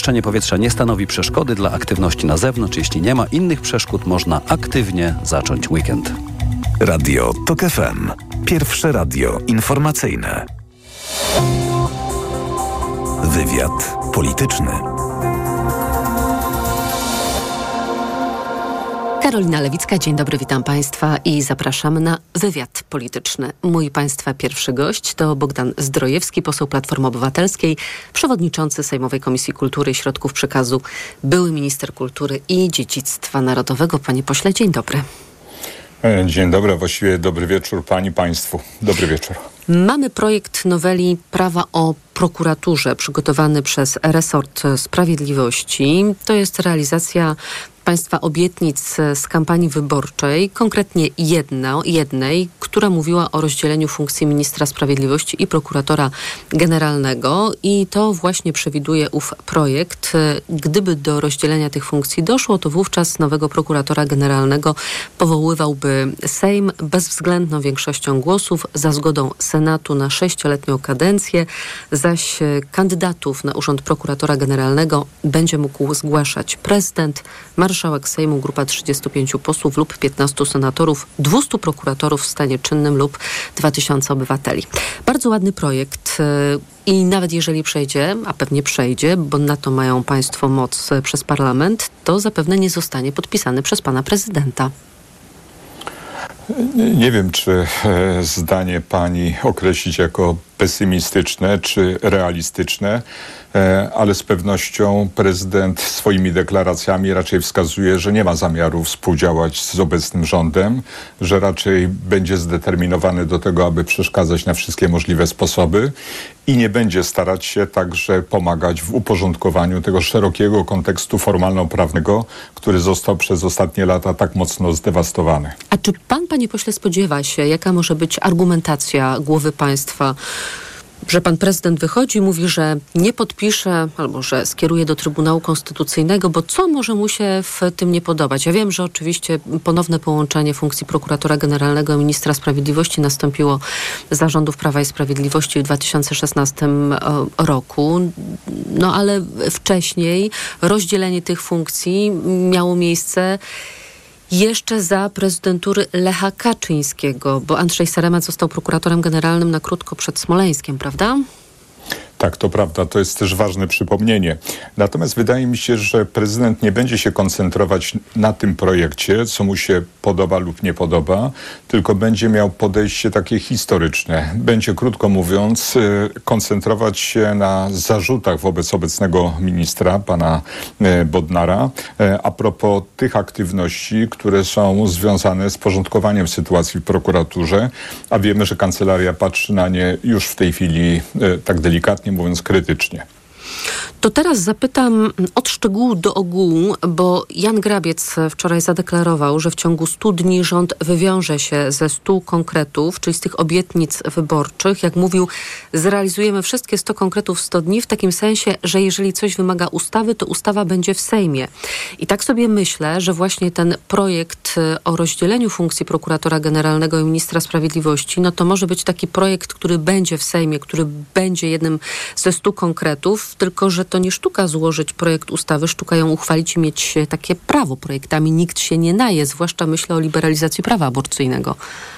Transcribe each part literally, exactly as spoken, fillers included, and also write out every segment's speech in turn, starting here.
zanieczyszczenie powietrza nie stanowi przeszkody dla aktywności na zewnątrz. Jeśli nie ma innych przeszkód, można aktywnie zacząć weekend. Radio TOK F M. Pierwsze radio informacyjne. Wywiad polityczny. Karolina Lewicka, dzień dobry, witam Państwa i zapraszam na wywiad polityczny. Mój Państwa pierwszy gość to Bogdan Zdrojewski, poseł Platformy Obywatelskiej, przewodniczący Sejmowej Komisji Kultury i Środków Przekazu, były minister kultury i dziedzictwa narodowego. Panie pośle, dzień dobry. Dzień dobry, właściwie dobry wieczór Pani, Państwu. Dobry wieczór. Mamy projekt noweli prawa o prokuraturze przygotowany przez resort sprawiedliwości. To jest realizacja Państwa obietnic z kampanii wyborczej, konkretnie jedno, jednej, która mówiła o rozdzieleniu funkcji ministra sprawiedliwości i prokuratora generalnego i to właśnie przewiduje ów projekt. Gdyby do rozdzielenia tych funkcji doszło, to wówczas nowego prokuratora generalnego powoływałby Sejm bezwzględną większością głosów za zgodą Senatu na sześcioletnią kadencję, zaś kandydatów na urząd prokuratora generalnego będzie mógł zgłaszać prezydent, marszałek Sejmu, grupa trzydziestu pięciu posłów lub piętnastu senatorów, dwustu prokuratorów w stanie czynnym lub dwa tysiące obywateli. Bardzo ładny projekt i nawet jeżeli przejdzie, a pewnie przejdzie, bo na to mają Państwo moc przez parlament, to zapewne nie zostanie podpisany przez Pana prezydenta. Nie wiem, czy zdanie Pani określić jako pesymistyczne czy realistyczne, ale z pewnością prezydent swoimi deklaracjami raczej wskazuje, że nie ma zamiaru współdziałać z obecnym rządem, że raczej będzie zdeterminowany do tego, aby przeszkadzać na wszystkie możliwe sposoby i nie będzie starać się także pomagać w uporządkowaniu tego szerokiego kontekstu formalno-prawnego, który został przez ostatnie lata tak mocno zdewastowany. A czy pan, panie pośle, spodziewa się, jaka może być argumentacja głowy państwa, że pan prezydent wychodzi i mówi, że nie podpisze albo że skieruje do Trybunału Konstytucyjnego, bo co może mu się w tym nie podobać? Ja wiem, że oczywiście ponowne połączenie funkcji prokuratora generalnego i ministra sprawiedliwości nastąpiło za rządów Prawa i Sprawiedliwości w dwa tysiące szesnastym roku, no ale wcześniej rozdzielenie tych funkcji miało miejsce jeszcze za prezydentury Lecha Kaczyńskiego, bo Andrzej Saremat został prokuratorem generalnym na krótko przed Smoleńskiem, prawda? Tak, to prawda. To jest też ważne przypomnienie. Natomiast wydaje mi się, że prezydent nie będzie się koncentrować na tym projekcie, co mu się podoba lub nie podoba, tylko będzie miał podejście takie historyczne. Będzie, krótko mówiąc, koncentrować się na zarzutach wobec obecnego ministra, pana Bodnara, a propos tych aktywności, które są związane z porządkowaniem sytuacji w prokuraturze, a wiemy, że kancelaria patrzy na nie już w tej chwili tak delikatnie mówiąc krytycznie. To teraz zapytam od szczegółu do ogółu, bo Jan Grabiec wczoraj zadeklarował, że w ciągu stu dni rząd wywiąże się ze stu konkretów, czyli z tych obietnic wyborczych. Jak mówił, zrealizujemy wszystkie sto konkretów w sto dni, w takim sensie, że jeżeli coś wymaga ustawy, to ustawa będzie w Sejmie. I tak sobie myślę, że właśnie ten projekt o rozdzieleniu funkcji prokuratora generalnego i ministra sprawiedliwości, no to może być taki projekt, który będzie w Sejmie, który będzie jednym ze stu konkretów, tylko że to nie sztuka złożyć projekt ustawy, sztuka ją uchwalić i mieć takie prawo. Projektami nikt się nie naje, zwłaszcza myślę o liberalizacji prawa aborcyjnego.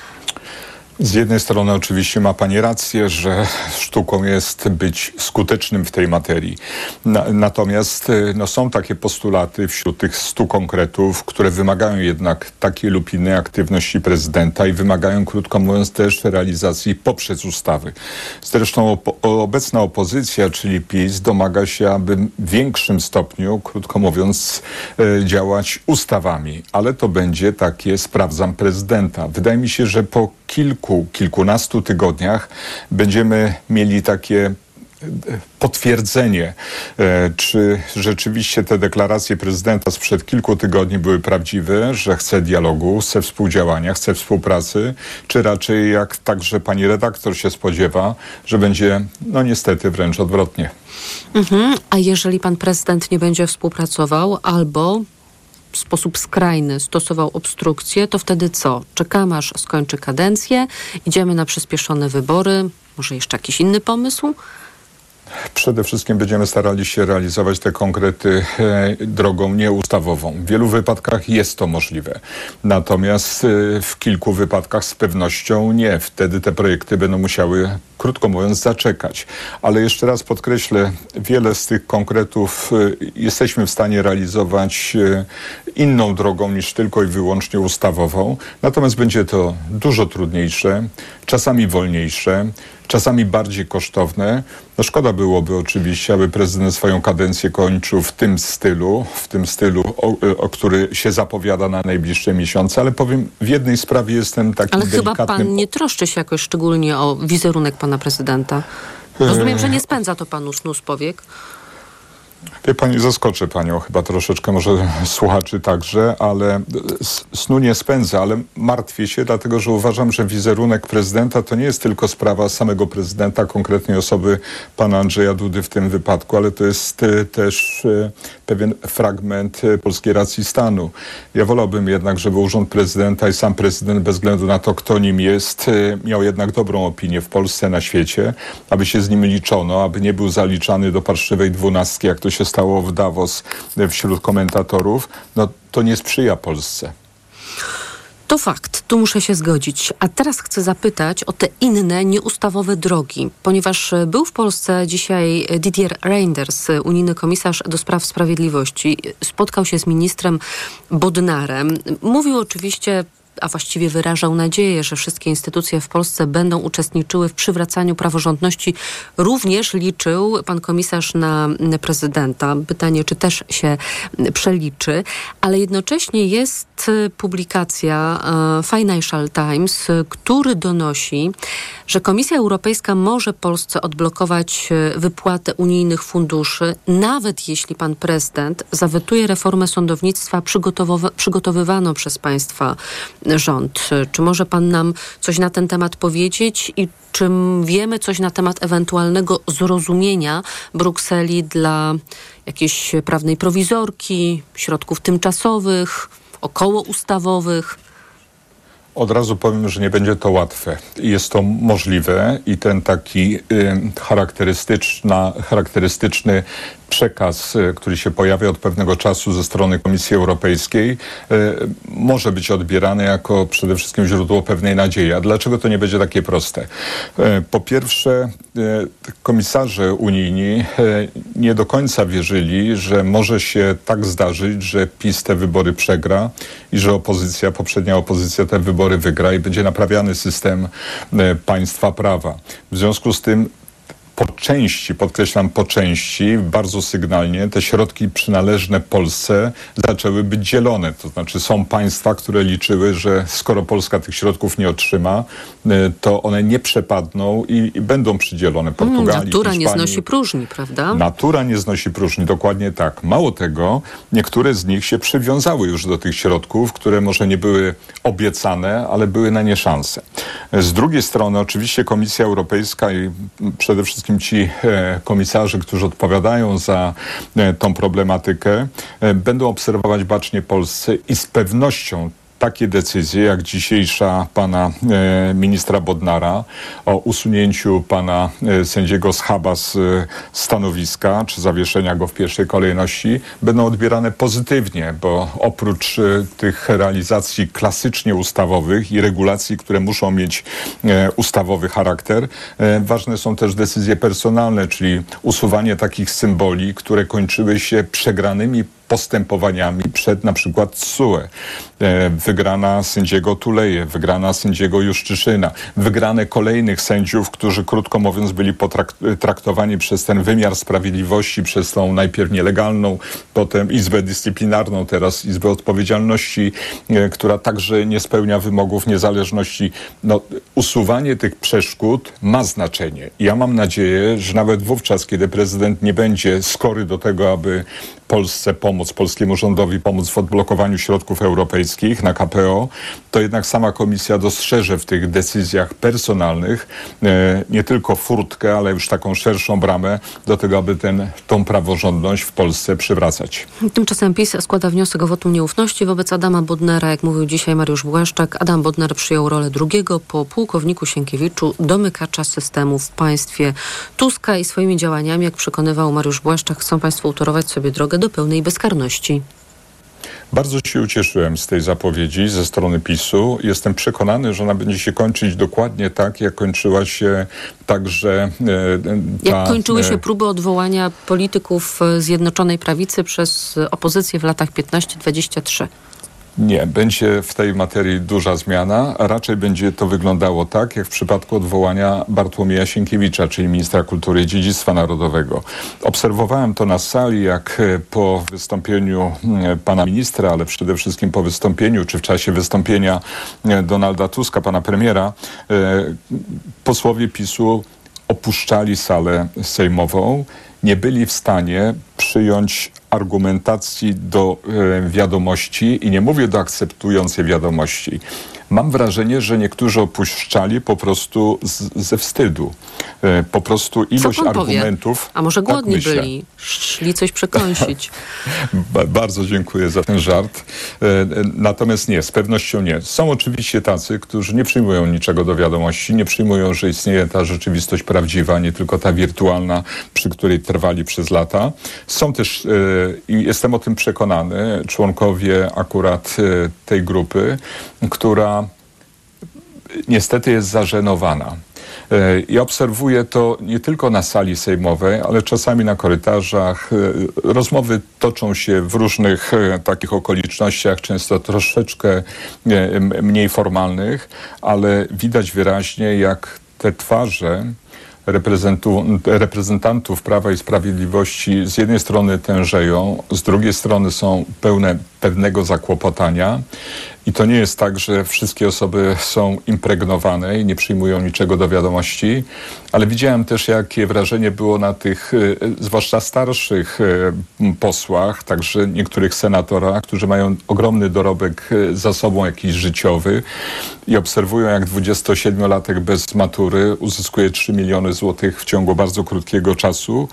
Z jednej strony oczywiście ma Pani rację, że sztuką jest być skutecznym w tej materii. Na, natomiast no, są takie postulaty wśród tych stu konkretów, które wymagają jednak takiej lub innej aktywności prezydenta i wymagają, krótko mówiąc, też realizacji poprzez ustawy. Zresztą op- obecna opozycja, czyli PiS, domaga się, aby w większym stopniu, krótko mówiąc, e, działać ustawami. Ale to będzie takie sprawdzam prezydenta. Wydaje mi się, że po kilku, kilkunastu tygodniach będziemy mieli takie potwierdzenie, czy rzeczywiście te deklaracje prezydenta sprzed kilku tygodni były prawdziwe, że chce dialogu, chce współdziałania, chce współpracy, czy raczej, jak także pani redaktor się spodziewa, że będzie, no niestety, wręcz odwrotnie. Mhm. A jeżeli pan prezydent nie będzie współpracował albo w sposób skrajny stosował obstrukcję, to wtedy co? Czekamy, aż skończy kadencję, idziemy na przyspieszone wybory, może jeszcze jakiś inny pomysł? Przede wszystkim będziemy starali się realizować te konkrety e, drogą nieustawową. W wielu wypadkach jest to możliwe. Natomiast e, w kilku wypadkach z pewnością nie. Wtedy te projekty będą musiały, krótko mówiąc, zaczekać. Ale jeszcze raz podkreślę, wiele z tych konkretów e, jesteśmy w stanie realizować e, inną drogą niż tylko i wyłącznie ustawową. Natomiast będzie to dużo trudniejsze, czasami wolniejsze, czasami bardziej kosztowne. No szkoda byłoby oczywiście, aby prezydent swoją kadencję kończył w tym stylu, w tym stylu, o, o który się zapowiada na najbliższe miesiące, ale powiem, w jednej sprawie jestem taki Ale delikatny... chyba pan nie troszczy się jakoś szczególnie o wizerunek pana prezydenta. Rozumiem, że nie spędza to panu snu z powiek. Wie pani, zaskoczę panią chyba troszeczkę, może słuchaczy także, ale snu nie spędzę, ale martwię się, dlatego że uważam, że wizerunek prezydenta to nie jest tylko sprawa samego prezydenta, konkretnej osoby pana Andrzeja Dudy w tym wypadku, ale to jest też pewien fragment polskiej racji stanu. Ja wolałbym jednak, żeby urząd prezydenta i sam prezydent, bez względu na to, kto nim jest, miał jednak dobrą opinię w Polsce, na świecie, aby się z nim liczono, aby nie był zaliczany do parszywej dwunastki, jak to się stało w Davos wśród komentatorów. No to nie sprzyja Polsce. To fakt, tu muszę się zgodzić. A teraz chcę zapytać o te inne, nieustawowe drogi, ponieważ był w Polsce dzisiaj Didier Reynders, unijny komisarz do spraw sprawiedliwości. Spotkał się z ministrem Bodnarem. Mówił oczywiście, a właściwie wyrażał nadzieję, że wszystkie instytucje w Polsce będą uczestniczyły w przywracaniu praworządności. Również liczył pan komisarz na prezydenta. Pytanie, czy też się przeliczy. Ale jednocześnie jest publikacja Financial Times, który donosi, że Komisja Europejska może Polsce odblokować wypłatę unijnych funduszy, nawet jeśli pan prezydent zawetuje reformę sądownictwa przygotowywa- przygotowywaną przez państwa rząd. Czy może pan nam coś na ten temat powiedzieć i czy wiemy coś na temat ewentualnego zrozumienia Brukseli dla jakiejś prawnej prowizorki, środków tymczasowych, okołoustawowych? Od razu powiem, że nie będzie to łatwe. Jest to możliwe i ten taki y, charakterystyczna, charakterystyczny przekaz, który się pojawia od pewnego czasu ze strony Komisji Europejskiej, może być odbierany jako przede wszystkim źródło pewnej nadziei. A dlaczego to nie będzie takie proste? Po pierwsze, komisarze unijni nie do końca wierzyli, że może się tak zdarzyć, że PiS te wybory przegra i że opozycja, poprzednia opozycja te wybory wygra i będzie naprawiany system państwa prawa. W związku z tym po części, podkreślam po części, bardzo sygnalnie te środki przynależne Polsce zaczęły być dzielone. To znaczy są państwa, które liczyły, że skoro Polska tych środków nie otrzyma, to one nie przepadną i, i będą przydzielone Portugalii, Natura Hiszpanii. nie znosi próżni, prawda? Natura nie znosi próżni, dokładnie tak. Mało tego, niektóre z nich się przywiązały już do tych środków, które może nie były obiecane, ale były na nie szanse. Z drugiej strony oczywiście Komisja Europejska i przede wszystkim ci komisarze, którzy odpowiadają za tą problematykę, będą obserwować bacznie Polsce i z pewnością takie decyzje, jak dzisiejsza pana e, ministra Bodnara o usunięciu pana e, sędziego Schaba z e, stanowiska, czy zawieszenia go w pierwszej kolejności, będą odbierane pozytywnie, bo oprócz e, tych realizacji klasycznie ustawowych i regulacji, które muszą mieć e, ustawowy charakter, e, ważne są też decyzje personalne, czyli usuwanie takich symboli, które kończyły się przegranymi postępowaniami przed na przykład T S U E. Wygrana sędziego Tuleje, wygrana sędziego Juszczyszyna, wygrane kolejnych sędziów, którzy krótko mówiąc byli potraktowani przez ten wymiar sprawiedliwości, przez tą najpierw nielegalną, potem Izbę Dyscyplinarną, teraz Izbę Odpowiedzialności, która także nie spełnia wymogów niezależności. No, usuwanie tych przeszkód ma znaczenie. Ja mam nadzieję, że nawet wówczas, kiedy prezydent nie będzie skory do tego, aby Polsce pomóc, polskiemu rządowi pomóc w odblokowaniu środków europejskich na K P O, to jednak sama komisja dostrzeże w tych decyzjach personalnych e, nie tylko furtkę, ale już taką szerszą bramę do tego, aby ten, tą praworządność w Polsce przywracać. Tymczasem PiS składa wniosek o wotum nieufności wobec Adama Bodnara. Jak mówił dzisiaj Mariusz Błaszczak, Adam Bodnar przyjął rolę drugiego po pułkowniku Sienkiewiczu domykacza systemu w państwie Tuska i swoimi działaniami, jak przekonywał Mariusz Błaszczak, chcą państwo utorować sobie drogę do pełnej bezkarności. Bardzo się ucieszyłem z tej zapowiedzi ze strony PiSu. Jestem przekonany, że ona będzie się kończyć dokładnie tak, jak kończyła się także e, ta... Jak kończyły się próby odwołania polityków Zjednoczonej Prawicy przez opozycję w latach piętnaście dwadzieścia trzy. Nie, będzie w tej materii duża zmiana, a raczej będzie to wyglądało tak, jak w przypadku odwołania Bartłomieja Sienkiewicza, czyli ministra kultury i dziedzictwa narodowego. Obserwowałem to na sali, jak po wystąpieniu pana ministra, ale przede wszystkim po wystąpieniu, czy w czasie wystąpienia Donalda Tuska, pana premiera, posłowie PiSu opuszczali salę sejmową, nie byli w stanie przyjąć argumentacji do e, wiadomości i nie mówię do akceptującej wiadomości. Mam wrażenie, że niektórzy opuszczali po prostu z, ze wstydu. E, po prostu ilość argumentów... Powie? A może głodni tak byli? Szli coś przekąsić. ba- bardzo dziękuję za ten żart. E, natomiast nie, z pewnością nie. Są oczywiście tacy, którzy nie przyjmują niczego do wiadomości, nie przyjmują, że istnieje ta rzeczywistość prawdziwa, nie tylko ta wirtualna, przy której trwali przez lata. Są też, e, i jestem o tym przekonany, członkowie akurat e, tej grupy, która niestety jest zażenowana. I obserwuję to nie tylko na sali sejmowej, ale czasami na korytarzach. Rozmowy toczą się w różnych takich okolicznościach, często troszeczkę mniej formalnych, ale widać wyraźnie, jak te twarze reprezentantów Prawa i Sprawiedliwości z jednej strony tężeją, z drugiej strony są pełne pewnego zakłopotania. I to nie jest tak, że wszystkie osoby są impregnowane i nie przyjmują niczego do wiadomości, ale widziałem też, jakie wrażenie było na tych, zwłaszcza starszych posłach, także niektórych senatorach, którzy mają ogromny dorobek za sobą jakiś życiowy i obserwują, jak dwudziestosiedmiolatek bez matury uzyskuje trzy miliony złotych w ciągu bardzo krótkiego czasu,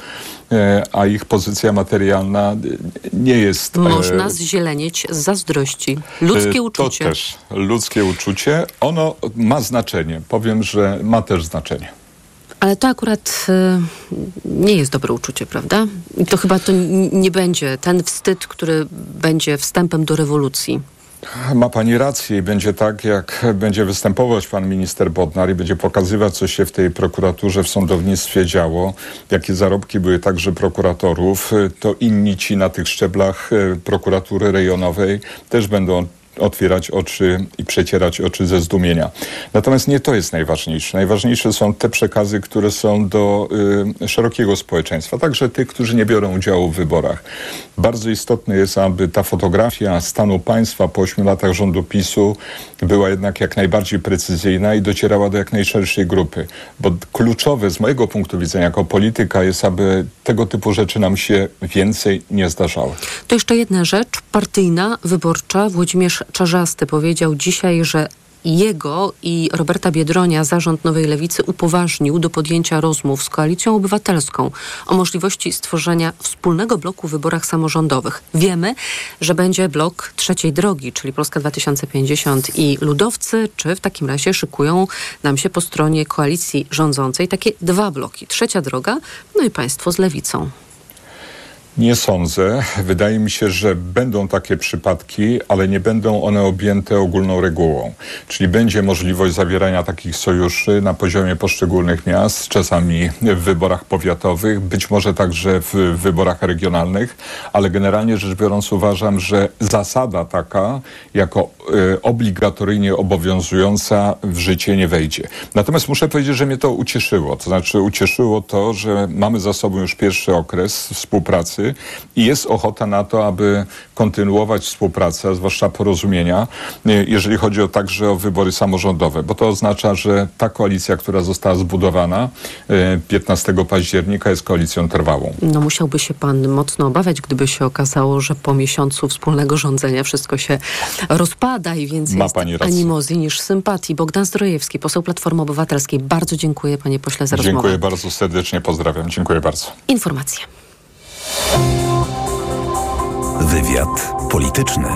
a ich pozycja materialna nie jest... Można zzielenieć z zazdrości. Ludzkie uczucie. To też ludzkie uczucie. Ono ma znaczenie. Powiem, że ma też znaczenie. Ale to akurat y, nie jest dobre uczucie, prawda? I to chyba to n- nie będzie ten wstyd, który będzie wstępem do rewolucji. Ma pani rację i będzie tak, jak będzie występować pan minister Bodnar i będzie pokazywać, co się w tej prokuraturze, w sądownictwie działo, jakie zarobki były także prokuratorów, to inni ci na tych szczeblach prokuratury rejonowej też będą otwierać oczy i przecierać oczy ze zdumienia. Natomiast nie to jest najważniejsze. Najważniejsze są te przekazy, które są do y, szerokiego społeczeństwa, także tych, którzy nie biorą udziału w wyborach. Bardzo istotne jest, aby ta fotografia stanu państwa po ośmiu latach rządu PiSu była jednak jak najbardziej precyzyjna i docierała do jak najszerszej grupy. Bo kluczowe z mojego punktu widzenia jako polityka jest, aby tego typu rzeczy nam się więcej nie zdarzały. To jeszcze jedna rzecz, partyjna, wyborcza. Włodzimierz Czarzasty powiedział dzisiaj, że jego i Roberta Biedronia zarząd Nowej Lewicy upoważnił do podjęcia rozmów z Koalicją Obywatelską o możliwości stworzenia wspólnego bloku w wyborach samorządowych. Wiemy, że będzie blok trzeciej drogi, czyli Polska dwa tysiące pięćdziesiąt i Ludowcy, czy w takim razie szykują nam się po stronie koalicji rządzącej takie dwa bloki. Trzecia droga, no i państwo z Lewicą. Nie sądzę. Wydaje mi się, że będą takie przypadki, ale nie będą one objęte ogólną regułą. Czyli będzie możliwość zawierania takich sojuszy na poziomie poszczególnych miast, czasami w wyborach powiatowych, być może także w wyborach regionalnych, ale generalnie rzecz biorąc uważam, że zasada taka jako y, obligatoryjnie obowiązująca w życie nie wejdzie. Natomiast muszę powiedzieć, że mnie to ucieszyło. To znaczy ucieszyło to, że mamy za sobą już pierwszy okres współpracy zgody i jest ochota na to, aby kontynuować współpracę, zwłaszcza porozumienia, jeżeli chodzi o także o wybory samorządowe, bo to oznacza, że ta koalicja, która została zbudowana piętnastego października jest koalicją trwałą. No musiałby się pan mocno obawiać, gdyby się okazało, że po miesiącu wspólnego rządzenia wszystko się rozpada i więcej Ma jest pani rację. animozji niż sympatii. Bogdan Zdrojewski, poseł Platformy Obywatelskiej. Bardzo dziękuję, panie pośle, za rozmowę. Dziękuję bardzo serdecznie, pozdrawiam. Dziękuję bardzo. Informacje. Wywiad polityczny.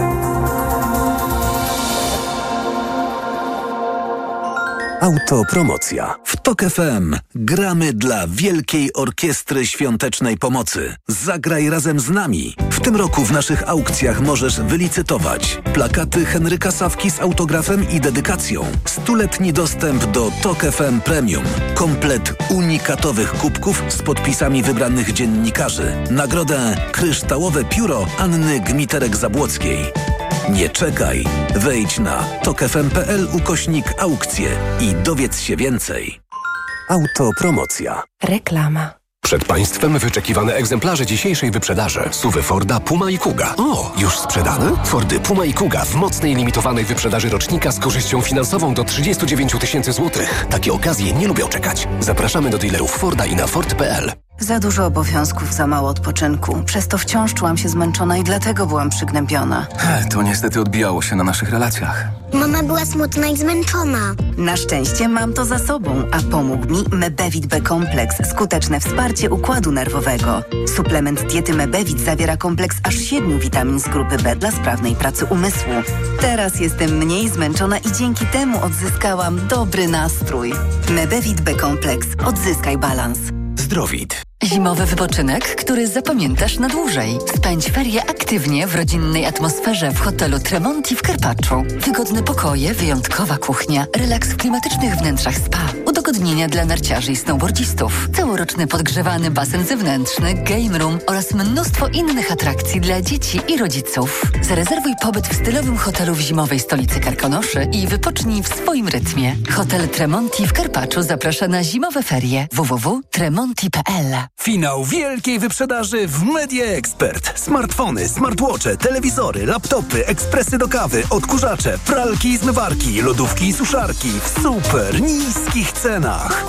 Autopromocja. W Tok F M gramy dla Wielkiej Orkiestry Świątecznej Pomocy. Zagraj razem z nami. W tym roku w naszych aukcjach możesz wylicytować plakaty Henryka Sawki z autografem i dedykacją, stuletni dostęp do Tok F M Premium, komplet unikatowych kubków z podpisami wybranych dziennikarzy, nagrodę Kryształowe Pióro Anny Gmiterek-Zabłockiej. Nie czekaj. Wejdź na tokfm.pl ukośnik aukcje i dowiedz się więcej. Autopromocja. Reklama. Przed Państwem wyczekiwane egzemplarze dzisiejszej wyprzedaży. Suwy Forda, Puma i Kuga. O, już sprzedane? Fordy Puma i Kuga w mocnej limitowanej wyprzedaży rocznika z korzyścią finansową do trzydzieści dziewięć tysięcy złotych. Takie okazje nie lubią czekać. Zapraszamy do dealerów Forda i na ford kropka p l. Za dużo obowiązków, za mało odpoczynku. Przez to wciąż czułam się zmęczona i dlatego byłam przygnębiona. To niestety odbijało się na naszych relacjach. Mama była smutna i zmęczona. Na szczęście mam to za sobą, a pomógł mi Mebevit B-kompleks, skuteczne wsparcie układu nerwowego. Suplement diety Mebevit zawiera kompleks aż siedmiu witamin z grupy B dla sprawnej pracy umysłu. Teraz jestem mniej zmęczona i dzięki temu odzyskałam dobry nastrój. Mebevit B-kompleks. Odzyskaj balans. Zdrowit. Zimowy wypoczynek, który zapamiętasz na dłużej. Spędź ferie aktywnie w rodzinnej atmosferze w hotelu Tremonti w Karpaczu. Wygodne pokoje, wyjątkowa kuchnia, relaks w klimatycznych wnętrzach spa, udogodnienia dla narciarzy i snowboardzistów, całoroczny podgrzewany basen zewnętrzny, game room oraz mnóstwo innych atrakcji dla dzieci i rodziców. Zarezerwuj pobyt w stylowym hotelu w zimowej stolicy Karkonoszy i wypocznij w swoim rytmie. Hotel Tremonti w Karpaczu zaprasza na zimowe ferie. w w w kropka tremonti kropka p l. Finał wielkiej wyprzedaży w Media Expert. Smartfony, smartwatche, telewizory, laptopy, ekspresy do kawy, odkurzacze, pralki i zmywarki, lodówki i suszarki w super niskich cenach.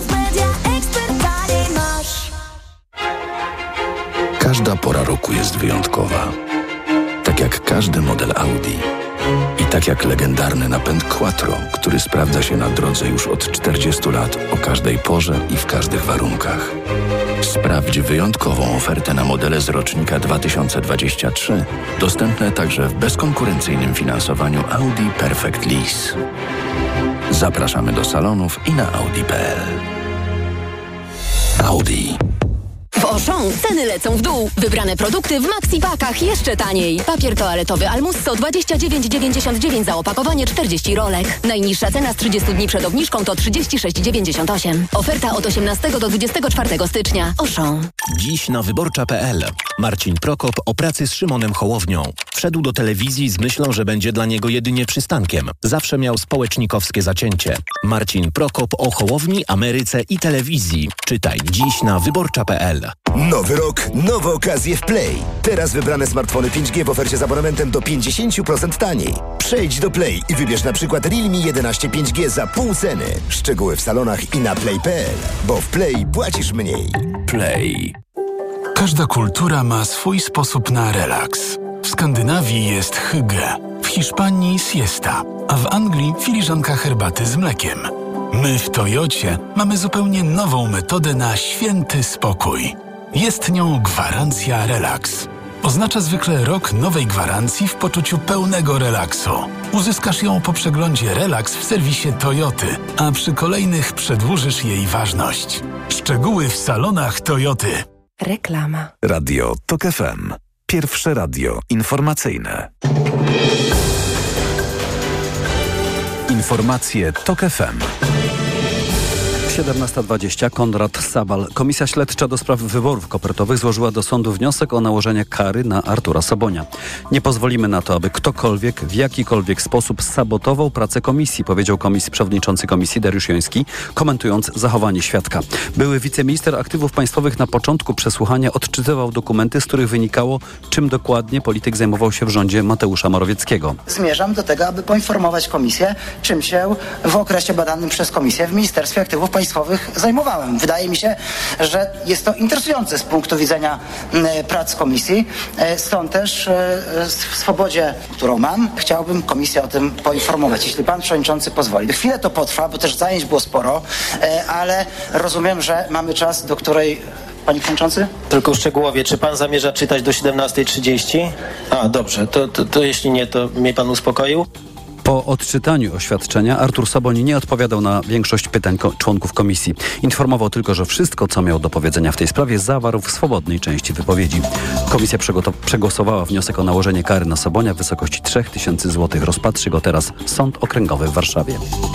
Każda pora roku jest wyjątkowa. Tak jak każdy model Audi. I tak jak legendarny napęd Quattro, który sprawdza się na drodze już od czterdziestu lat o każdej porze i w każdych warunkach. Sprawdź wyjątkową ofertę na modele z rocznika dwa tysiące dwudziesty trzeci, dostępne także w bezkonkurencyjnym finansowaniu Audi Perfect Lease. Zapraszamy do salonów i na audi kropka p l. Audi. W Auchan ceny lecą w dół. Wybrane produkty w maxi-pakach jeszcze taniej. Papier toaletowy Almusso dwadzieścia dziewięć dziewięćdziesiąt dziewięć za opakowanie czterdzieści rolek. Najniższa cena z trzydziestu dni przed obniżką to trzydzieści sześć dziewięćdziesiąt osiem. Oferta od osiemnastego do dwudziestego czwartego stycznia. Auchan. Dziś na wyborcza kropka p l. Marcin Prokop o pracy z Szymonem Hołownią. Wszedł do telewizji z myślą, że będzie dla niego jedynie przystankiem. Zawsze miał społecznikowskie zacięcie. Marcin Prokop o Hołowni, Ameryce i telewizji. Czytaj dziś na wyborcza kropka p l. Nowy rok, nowe okazje w Play. Teraz wybrane smartfony pięć G w ofercie z abonamentem do pięćdziesiąt procent taniej. Przejdź do Play i wybierz na przykład Realme jedenaście pięć G za pół ceny. Szczegóły w salonach i na play kropka p l. Bo w Play płacisz mniej. Play. Każda kultura ma swój sposób na relaks. W Skandynawii jest hygge, w Hiszpanii siesta, a w Anglii filiżanka herbaty z mlekiem. My w Toyocie mamy zupełnie nową metodę na święty spokój. Jest nią gwarancja relaks. Oznacza zwykle rok nowej gwarancji w poczuciu pełnego relaksu. Uzyskasz ją po przeglądzie Relaks w serwisie Toyoty, a przy kolejnych przedłużysz jej ważność. Szczegóły w salonach Toyoty. Reklama. Radio Tok F M. Pierwsze radio informacyjne. Informacje Tok F M. siedemnasta dwadzieścia. Konrad Sabal. Komisja Śledcza do spraw wyborów kopertowych złożyła do sądu wniosek o nałożenie kary na Artura Sobonia. Nie pozwolimy na to, aby ktokolwiek w jakikolwiek sposób sabotował pracę komisji, powiedział komisji przewodniczący komisji Dariusz Joński, komentując zachowanie świadka. Były wiceminister aktywów państwowych na początku przesłuchania odczytywał dokumenty, z których wynikało, czym dokładnie polityk zajmował się w rządzie Mateusza Morawieckiego. Zmierzam do tego, aby poinformować komisję, czym się w okresie badanym przez komisję w Ministerstwie Aktywów Państwowych zajmowałem. Wydaje mi się, że jest to interesujące z punktu widzenia prac komisji. Stąd też w swobodzie, którą mam, chciałbym komisję o tym poinformować, jeśli pan przewodniczący pozwoli. Chwilę to potrwa, bo też zajęć było sporo, ale rozumiem, że mamy czas, do której... Panie Przewodniczący? Tylko szczegółowie, czy pan zamierza czytać do siedemnasta trzydzieści? A, dobrze, to, to, to jeśli nie, to mnie pan uspokoił. Po odczytaniu oświadczenia Artur Soboń nie odpowiadał na większość pytań ko- członków komisji. Informował tylko, że wszystko, co miał do powiedzenia w tej sprawie, zawarł w swobodnej części wypowiedzi. Komisja przegoto- przegłosowała wniosek o nałożenie kary na Sobonia w wysokości trzy tysiące złotych. Rozpatrzy go teraz Sąd Okręgowy w Warszawie.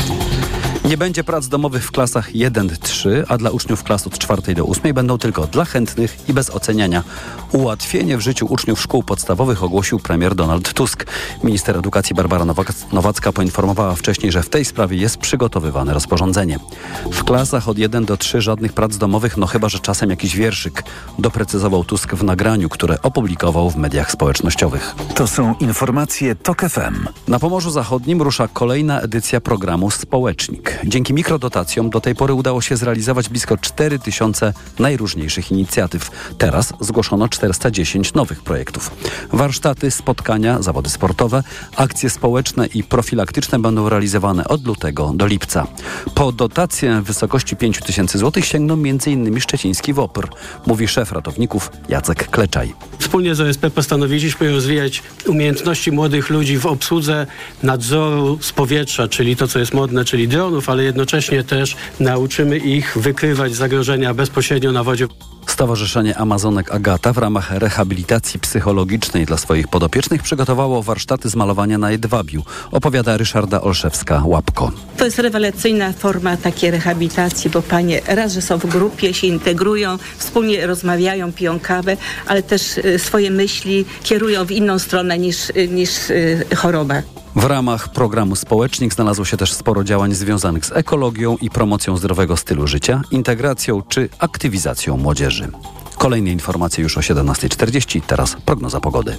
Nie będzie prac domowych w klasach jeden trzy, a dla uczniów klas od czwartej do ósmej będą tylko dla chętnych i bez oceniania. Ułatwienie w życiu uczniów szkół podstawowych ogłosił premier Donald Tusk. Minister edukacji Barbara Nowak- Nowacka poinformowała wcześniej, że w tej sprawie jest przygotowywane rozporządzenie. W klasach od jeden do trzy żadnych prac domowych, no chyba że czasem jakiś wierszyk, doprecyzował Tusk w nagraniu, które opublikował w mediach społecznościowych. To są informacje TOK F M. Na Pomorzu Zachodnim rusza kolejna edycja programu Społecznik. Dzięki mikrodotacjom do tej pory udało się zrealizować blisko cztery tysiące najróżniejszych inicjatyw. Teraz zgłoszono czterysta dziesięć nowych projektów. Warsztaty, spotkania, zawody sportowe, akcje społeczne i profilaktyczne będą realizowane od lutego do lipca. Po dotację w wysokości pięć tysięcy złotych sięgną między innymi szczeciński WOPR, mówi szef ratowników Jacek Kleczaj. Wspólnie z O S P postanowiliśmy rozwijać umiejętności młodych ludzi w obsłudze nadzoru z powietrza, czyli to, co jest modne, czyli dronów, ale jednocześnie też nauczymy ich wykrywać zagrożenia bezpośrednio na wodzie. Stowarzyszenie Amazonek Agata w ramach rehabilitacji psychologicznej dla swoich podopiecznych przygotowało warsztaty z malowania na jedwabiu, opowiada Ryszarda Olszewska-Łapko. To jest rewelacyjna forma takiej rehabilitacji, bo panie raz, że są w grupie, się integrują, wspólnie rozmawiają, piją kawę, ale też y, swoje myśli kierują w inną stronę niż, y, niż y, choroba. W ramach programu Społecznik znalazło się też sporo działań związanych z ekologią i promocją zdrowego stylu życia, integracją czy aktywizacją młodzieży. Kolejne informacje już o siedemnasta czterdzieści, teraz prognoza pogody.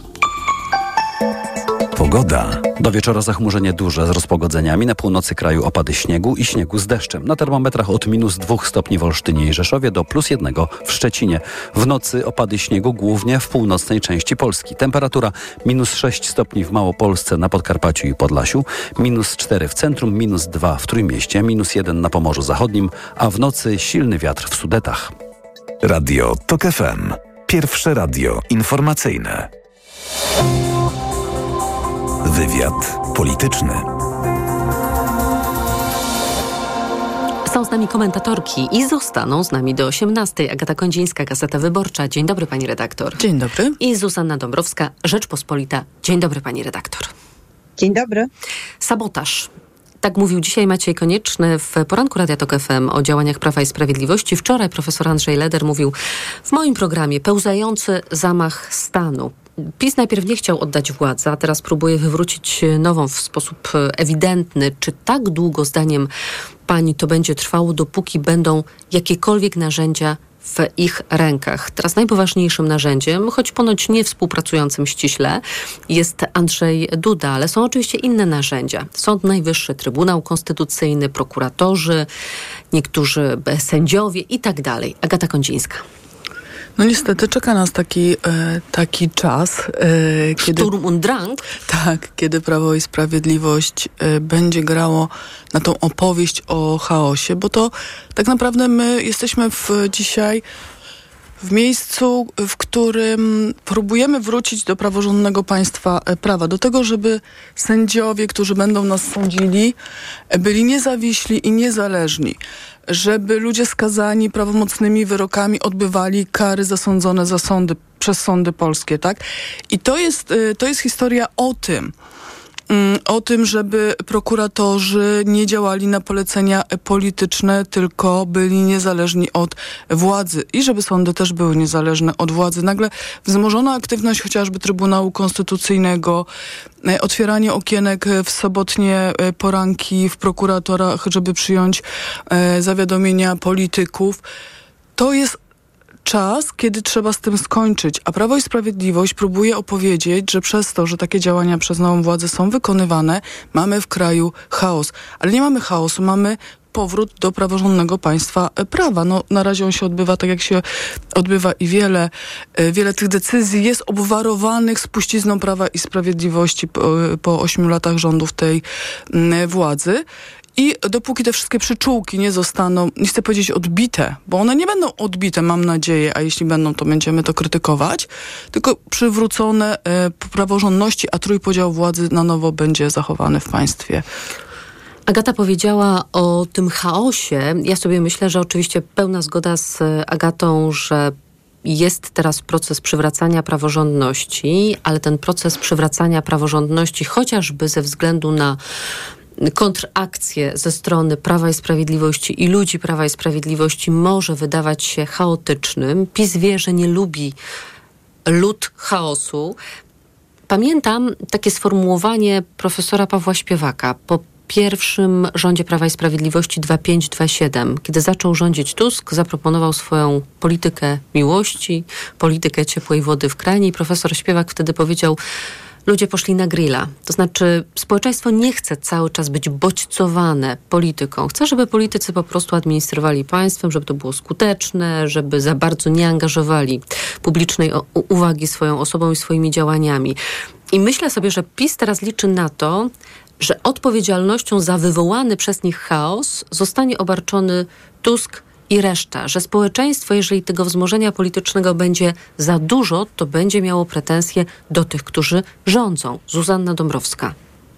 Pogoda. Do wieczora zachmurzenie duże z rozpogodzeniami. Na północy kraju opady śniegu i śniegu z deszczem. Na termometrach od minus dwóch stopni w Olsztynie i Rzeszowie do plus jednego w Szczecinie. W nocy opady śniegu głównie w północnej części Polski. Temperatura minus sześć stopni w Małopolsce, na Podkarpaciu i Podlasiu, minus cztery w centrum, minus dwa w Trójmieście, minus jeden na Pomorzu Zachodnim, a w nocy silny wiatr w Sudetach. Radio TOK F M. Pierwsze radio informacyjne. Wywiad polityczny. Są z nami komentatorki i zostaną z nami do osiemnastej. Agata Kondzińska, Gazeta Wyborcza. Dzień dobry, pani redaktor. Dzień dobry. I Zuzanna Dąbrowska, Rzeczpospolita. Dzień dobry, pani redaktor. Dzień dobry. Sabotaż. Tak mówił dzisiaj Maciej Konieczny w poranku Radia Tok F M o działaniach Prawa i Sprawiedliwości. Wczoraj profesor Andrzej Leder mówił w moim programie pełzający zamach stanu. PiS najpierw nie chciał oddać władzy, a teraz próbuje wywrócić nową w sposób ewidentny. Czy tak długo, zdaniem pani, to będzie trwało, dopóki będą jakiekolwiek narzędzia w ich rękach? Teraz najpoważniejszym narzędziem, choć ponoć nie współpracującym ściśle, jest Andrzej Duda, ale są oczywiście inne narzędzia. Sąd Najwyższy, Trybunał Konstytucyjny, prokuratorzy, niektórzy sędziowie i tak dalej. Agata Kondzińska. No niestety czeka nas taki, e, taki czas, e, kiedy... Sturm und Drang? Tak, kiedy Prawo i Sprawiedliwość e, będzie grało na tą opowieść o chaosie, bo to tak naprawdę my jesteśmy w, dzisiaj w miejscu, w którym próbujemy wrócić do praworządnego państwa prawa, do tego, żeby sędziowie, którzy będą nas sądzili, byli niezawiśli i niezależni, żeby ludzie skazani prawomocnymi wyrokami odbywali kary zasądzone za sądy, przez sądy polskie, tak? I to jest, to jest historia o tym, o tym, żeby prokuratorzy nie działali na polecenia polityczne, tylko byli niezależni od władzy i żeby sądy też były niezależne od władzy. Nagle wzmożona aktywność chociażby Trybunału Konstytucyjnego, otwieranie okienek w sobotnie poranki w prokuratorach, żeby przyjąć zawiadomienia polityków. To jest czas, kiedy trzeba z tym skończyć, a Prawo i Sprawiedliwość próbuje opowiedzieć, że przez to, że takie działania przez nową władzę są wykonywane, mamy w kraju chaos. Ale nie mamy chaosu, mamy powrót do praworządnego państwa prawa. No, na razie on się odbywa tak, jak się odbywa i wiele, wiele tych decyzji jest obwarowanych spuścizną Prawa i Sprawiedliwości po, po ośmiu latach rządów tej władzy. I dopóki te wszystkie przyczółki nie zostaną, nie chcę powiedzieć odbite, bo one nie będą odbite, mam nadzieję, a jeśli będą, to będziemy to krytykować, tylko przywrócone e, praworządności, a trójpodział władzy na nowo będzie zachowany w państwie. Agata powiedziała o tym chaosie. Ja sobie myślę, że oczywiście pełna zgoda z Agatą, że jest teraz proces przywracania praworządności, ale ten proces przywracania praworządności chociażby ze względu na kontrakcję ze strony Prawa i Sprawiedliwości i ludzi Prawa i Sprawiedliwości może wydawać się chaotycznym. PiS wie, że nie lubi lud chaosu. Pamiętam takie sformułowanie profesora Pawła Śpiewaka po pierwszym rządzie Prawa i Sprawiedliwości dwa pięć dwa siedem. Kiedy zaczął rządzić Tusk, zaproponował swoją politykę miłości, politykę ciepłej wody w kranie i profesor Śpiewak wtedy powiedział: ludzie poszli na grilla. To znaczy społeczeństwo nie chce cały czas być bodźcowane polityką. Chce, żeby politycy po prostu administrowali państwem, żeby to było skuteczne, żeby za bardzo nie angażowali publicznej o- uwagi swoją osobą i swoimi działaniami. I myślę sobie, że PiS teraz liczy na to, że odpowiedzialnością za wywołany przez nich chaos zostanie obarczony Tusk i reszta, że społeczeństwo, jeżeli tego wzmożenia politycznego będzie za dużo, to będzie miało pretensje do tych, którzy rządzą. Zuzanna Dąbrowska.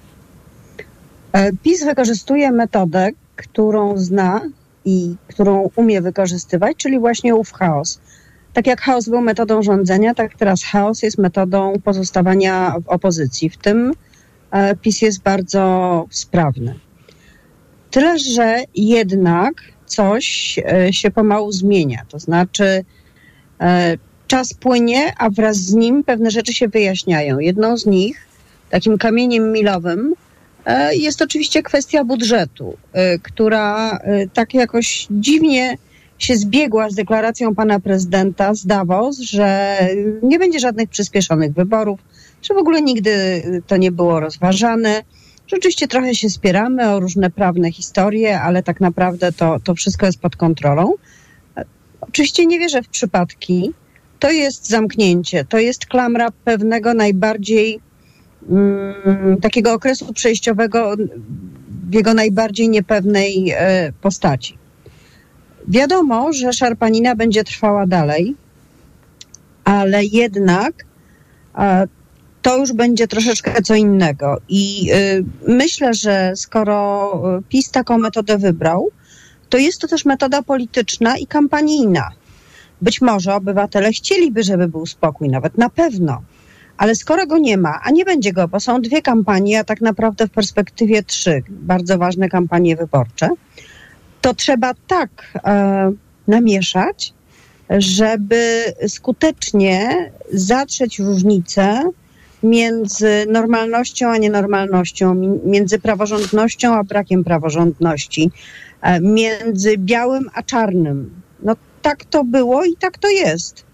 PiS wykorzystuje metodę, którą zna i którą umie wykorzystywać, czyli właśnie ów chaos. Tak jak chaos był metodą rządzenia, tak teraz chaos jest metodą pozostawania w opozycji. W tym PiS jest bardzo sprawny. Tyle, że jednak coś się pomału zmienia. To znaczy czas płynie, a wraz z nim pewne rzeczy się wyjaśniają. Jedną z nich, takim kamieniem milowym, jest oczywiście kwestia budżetu, która tak jakoś dziwnie się zbiegła z deklaracją pana prezydenta z Davos, że nie będzie żadnych przyspieszonych wyborów, że w ogóle nigdy to nie było rozważane. Rzeczywiście trochę się spieramy o różne prawne historie, ale tak naprawdę to, to wszystko jest pod kontrolą. Oczywiście nie wierzę w przypadki. To jest zamknięcie, to jest klamra pewnego najbardziej mm, takiego okresu przejściowego w jego najbardziej niepewnej e, postaci. Wiadomo, że szarpanina będzie trwała dalej, ale jednak e, to już będzie troszeczkę co innego. I y, myślę, że skoro PiS taką metodę wybrał, to jest to też metoda polityczna i kampanijna. Być może obywatele chcieliby, żeby był spokój, nawet na pewno. Ale skoro go nie ma, a nie będzie go, bo są dwie kampanie, a tak naprawdę w perspektywie trzy bardzo ważne kampanie wyborcze, to trzeba tak e, namieszać, żeby skutecznie zatrzeć różnicę między normalnością a nienormalnością, między praworządnością a brakiem praworządności, między białym a czarnym. No tak to było i tak to jest.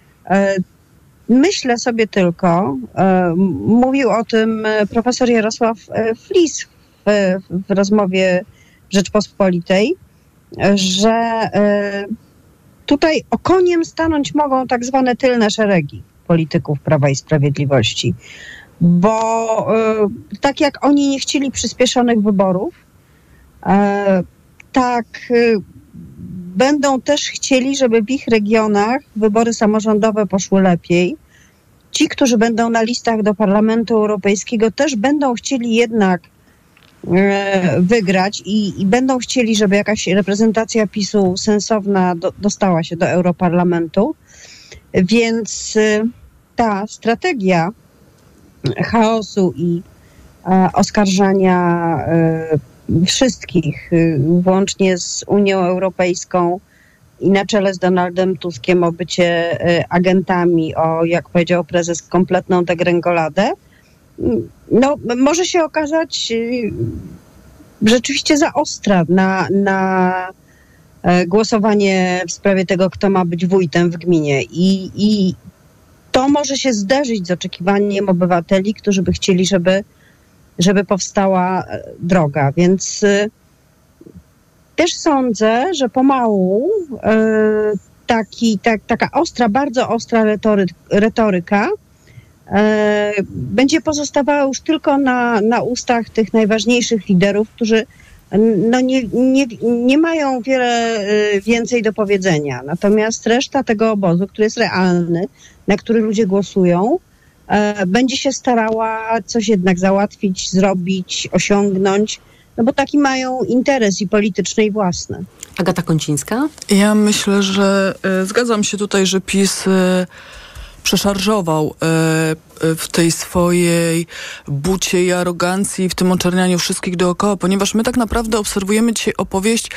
Myślę sobie tylko, mówił o tym profesor Jarosław Flis w, w rozmowie w Rzeczpospolitej, że tutaj okoniem stanąć mogą tak zwane tylne szeregi polityków Prawa i Sprawiedliwości, bo y, tak jak oni nie chcieli przyspieszonych wyborów, y, tak y, będą też chcieli, żeby w ich regionach wybory samorządowe poszły lepiej. Ci, którzy będą na listach do Parlamentu Europejskiego, też będą chcieli jednak y, wygrać i, i będą chcieli, żeby jakaś reprezentacja PiSu sensowna do, dostała się do Europarlamentu. Więc ta strategia chaosu i oskarżania wszystkich, włącznie z Unią Europejską i na czele z Donaldem Tuskiem, o bycie agentami, o, jak powiedział prezes, kompletną degrengoladę, no, może się okazać rzeczywiście za ostra na, na głosowanie w sprawie tego, kto ma być wójtem w gminie. I, i to może się zderzyć z oczekiwaniem obywateli, którzy by chcieli, żeby, żeby powstała droga. Więc y, też sądzę, że pomału y, taki, tak, taka ostra, bardzo ostra retory, retoryka y, będzie pozostawała już tylko na, na ustach tych najważniejszych liderów, którzy no nie, nie, nie mają wiele y, więcej do powiedzenia. Natomiast reszta tego obozu, który jest realny, na który ludzie głosują, y, będzie się starała coś jednak załatwić, zrobić, osiągnąć, no bo taki mają interes i polityczny, i własny. Agata Kondzińska? Ja myślę, że y, zgadzam się tutaj, że PiS y, przeszarżował y, w tej swojej bucie i arogancji, w tym oczernianiu wszystkich dookoła, ponieważ my tak naprawdę obserwujemy dzisiaj opowieść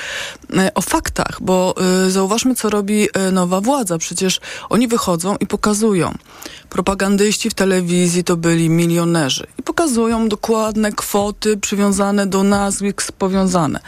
o faktach, bo zauważmy, co robi nowa władza. Przecież oni wychodzą i pokazują. Propagandyści w telewizji to byli milionerzy i pokazują dokładne kwoty przywiązane do nazwisk powiązane.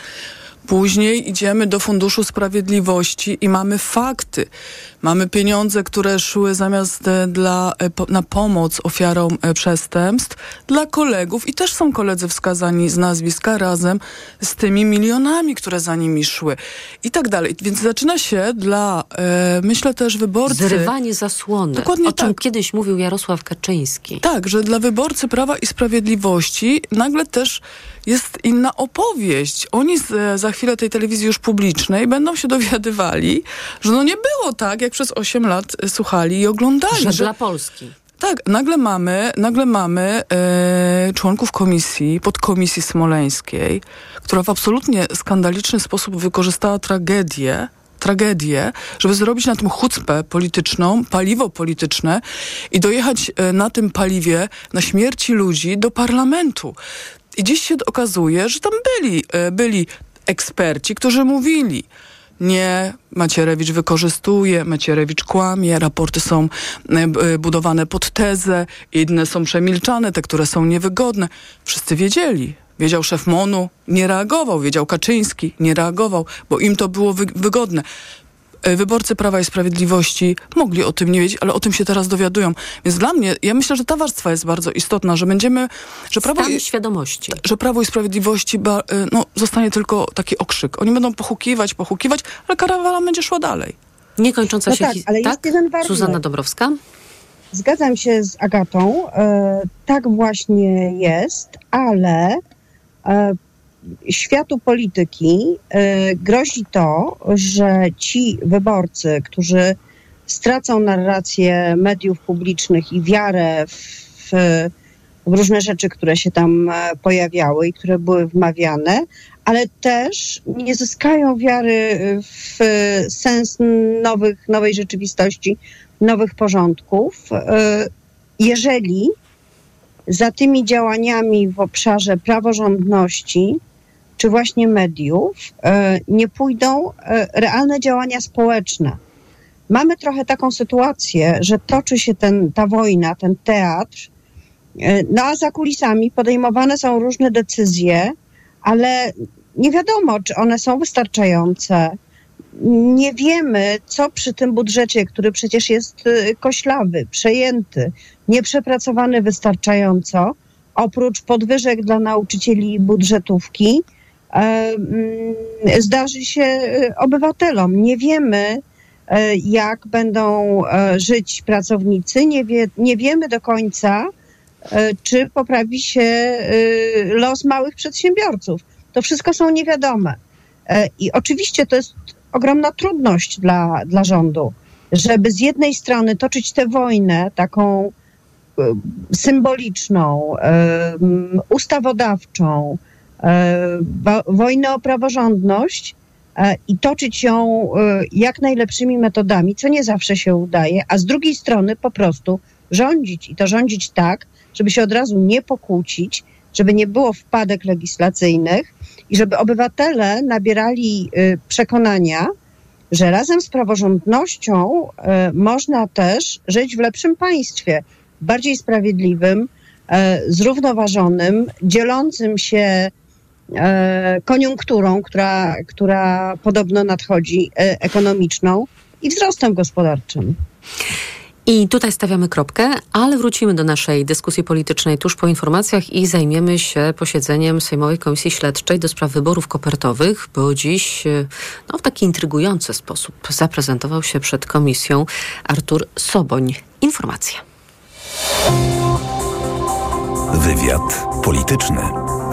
Później idziemy do Funduszu Sprawiedliwości i mamy fakty. Mamy pieniądze, które szły zamiast dla, na pomoc ofiarom przestępstw dla kolegów i też są koledzy wskazani z nazwiska razem z tymi milionami, które za nimi szły i tak dalej. Więc zaczyna się dla, e, myślę też wyborcy... Zrywanie zasłony, Dokładnie o czym tak. kiedyś mówił Jarosław Kaczyński. Tak, że dla wyborcy Prawa i Sprawiedliwości nagle też jest inna opowieść. Oni z, za chwilę tej telewizji już publicznej będą się dowiadywali, że no nie było tak, jak przez osiem lat słuchali i oglądali. Że, że dla Polski. Tak, nagle mamy, nagle mamy e, członków komisji, podkomisji smoleńskiej, która w absolutnie skandaliczny sposób wykorzystała tragedię, tragedię, żeby zrobić na tym chucpę polityczną, paliwo polityczne i dojechać e, na tym paliwie, na śmierci ludzi do parlamentu. I dziś się okazuje, że tam byli, e, byli eksperci, którzy mówili: nie, Macierewicz wykorzystuje, Macierewicz kłamie, raporty są y, budowane pod tezę, inne są przemilczane, te, które są niewygodne. Wszyscy wiedzieli. Wiedział szef M O N-u, nie reagował. Wiedział Kaczyński, nie reagował, bo im to było wy- wygodne. Wyborcy Prawa i Sprawiedliwości mogli o tym nie wiedzieć, ale o tym się teraz dowiadują. Więc dla mnie, ja myślę, że ta warstwa jest bardzo istotna, że będziemy... Że Prawo Stan i, świadomości. Że Prawo i Sprawiedliwości ba, no, zostanie tylko taki okrzyk. Oni będą pochukiwać, pochukiwać, ale karawana będzie szła dalej. Niekończąca no się... tak, hi- ale tak? jest jeden warunek. Zuzanna Dąbrowska? Zgadzam się z Agatą. E, tak właśnie jest, ale e, światu polityki e, grozi to, że ci wyborcy, którzy stracą narrację mediów publicznych i wiarę w, w różne rzeczy, które się tam pojawiały i które były wmawiane, ale też nie zyskają wiary w sens nowych, nowej rzeczywistości, nowych porządków, jeżeli za tymi działaniami w obszarze praworządności czy właśnie mediów nie pójdą realne działania społeczne. Mamy trochę taką sytuację, że toczy się ten, ta wojna, ten teatr, no a za kulisami podejmowane są różne decyzje, ale nie wiadomo, czy one są wystarczające. Nie wiemy, co przy tym budżecie, który przecież jest koślawy, przejęty, nieprzepracowany wystarczająco, oprócz podwyżek dla nauczycieli budżetówki, zdarzy się obywatelom. Nie wiemy, jak będą żyć pracownicy, nie, wie, nie wiemy do końca, czy poprawi się los małych przedsiębiorców. To wszystko są niewiadome. I oczywiście to jest ogromna trudność dla, dla rządu, żeby z jednej strony toczyć tę wojnę taką symboliczną, ustawodawczą, wojnę o praworządność i toczyć ją jak najlepszymi metodami, co nie zawsze się udaje, a z drugiej strony po prostu rządzić i to rządzić tak, żeby się od razu nie pokłócić, żeby nie było wpadek legislacyjnych i żeby obywatele nabierali y, przekonania, że razem z praworządnością y, można też żyć w lepszym państwie, bardziej sprawiedliwym, y, zrównoważonym, dzielącym się y, koniunkturą, która, która podobno nadchodzi, y, ekonomiczną i wzrostem gospodarczym. I tutaj stawiamy kropkę, ale wrócimy do naszej dyskusji politycznej tuż po informacjach i zajmiemy się posiedzeniem Sejmowej Komisji Śledczej do spraw wyborów kopertowych, bo dziś no, w taki intrygujący sposób zaprezentował się przed komisją Artur Soboń. Informacje. Wywiad polityczny.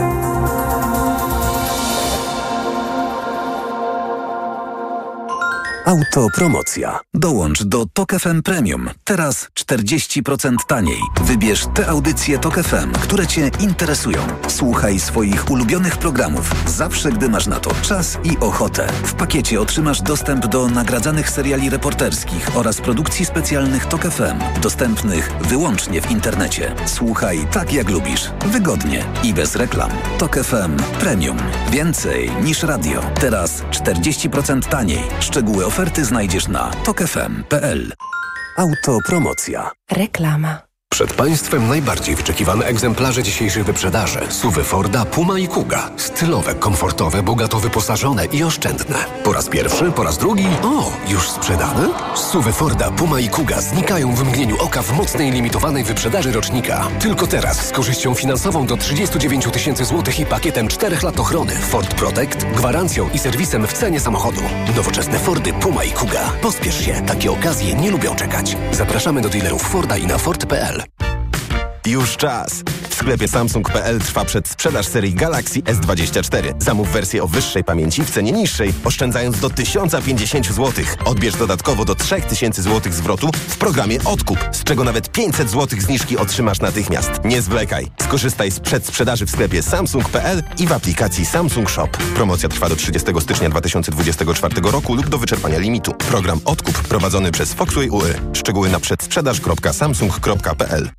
Autopromocja. Dołącz do Tok F M Premium. Teraz czterdzieści procent taniej. Wybierz te audycje Tok F M, które Cię interesują. Słuchaj swoich ulubionych programów zawsze, gdy masz na to czas i ochotę. W pakiecie otrzymasz dostęp do nagradzanych seriali reporterskich oraz produkcji specjalnych Tok F M, dostępnych wyłącznie w internecie. Słuchaj tak, jak lubisz. Wygodnie i bez reklam. Tok F M Premium. Więcej niż radio. Teraz czterdzieści procent taniej. Szczegóły oferty znajdziesz na tok f m kropka p l. Autopromocja. Reklama. Przed Państwem najbardziej wyczekiwane egzemplarze dzisiejszych wyprzedaży. SUVy Forda, Puma i Kuga. Stylowe, komfortowe, bogato wyposażone i oszczędne. Po raz pierwszy, po raz drugi. O, już sprzedane? SUVy Forda, Puma i Kuga znikają w mgnieniu oka w mocnej, limitowanej wyprzedaży rocznika. Tylko teraz z korzyścią finansową do trzydzieści dziewięć tysięcy złotych i pakietem czterech lat ochrony. Ford Protect, gwarancją i serwisem w cenie samochodu. Nowoczesne Fordy, Puma i Kuga. Pospiesz się, takie okazje nie lubią czekać. Zapraszamy do dealerów Forda i na Ford kropka p l. Już czas! W sklepie Samsung kropka p l trwa przedsprzedaż serii Galaxy S dwadzieścia cztery. Zamów wersję o wyższej pamięci w cenie niższej, oszczędzając do tysiąc pięćdziesiąt złotych. Odbierz dodatkowo do trzy tysiące złotych zwrotu w programie Odkup, z czego nawet pięćset złotych zniżki otrzymasz natychmiast. Nie zwlekaj. Skorzystaj z przedsprzedaży w sklepie Samsung kropka p l i w aplikacji Samsung Shop. Promocja trwa do trzydziestego stycznia dwa tysiące dwudziestego czwartego roku lub do wyczerpania limitu. Program Odkup prowadzony przez Foxway U Y. Szczegóły na przedsprzedaż kropka samsung kropka p l.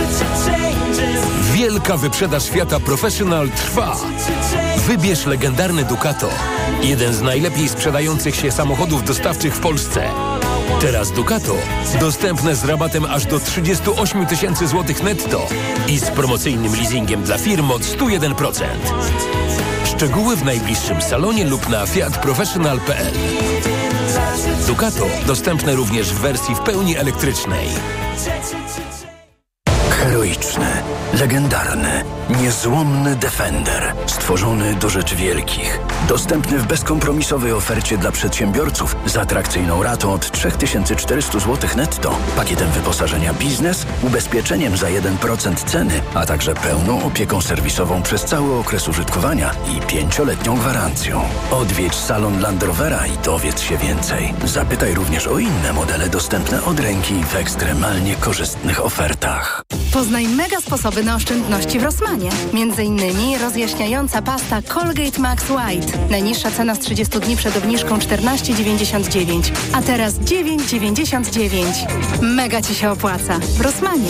Wielka wyprzedaż Fiata Professional trwa. Wybierz legendarny Ducato. Jeden z najlepiej sprzedających się samochodów dostawczych w Polsce. Teraz Ducato dostępne z rabatem aż do trzydzieści osiem tysięcy złotych netto i z promocyjnym leasingiem dla firm od sto jeden procent. Szczegóły w najbliższym salonie lub na fiat professional kropka p l. Ducato dostępne również w wersji w pełni elektrycznej. Heroiczny, legendarny, niezłomny Defender. Stworzony do rzeczy wielkich. Dostępny w bezkompromisowej ofercie dla przedsiębiorców z atrakcyjną ratą od trzy tysiące czterysta złotych netto, pakietem wyposażenia biznes, ubezpieczeniem za jeden procent ceny, a także pełną opieką serwisową przez cały okres użytkowania i pięcioletnią gwarancją. Odwiedź salon Land Rovera i dowiedz się więcej. Zapytaj również o inne modele dostępne od ręki w ekstremalnie korzystnych ofertach. Poznaj mega sposoby na oszczędności w Rossmanie. Między innymi rozjaśniająca pasta Colgate Max White. Najniższa cena z trzydziestu dni przed obniżką czternaście dziewięćdziesiąt dziewięć, a teraz dziewięć dziewięćdziesiąt dziewięć. Mega Ci się opłaca. W Rossmanie.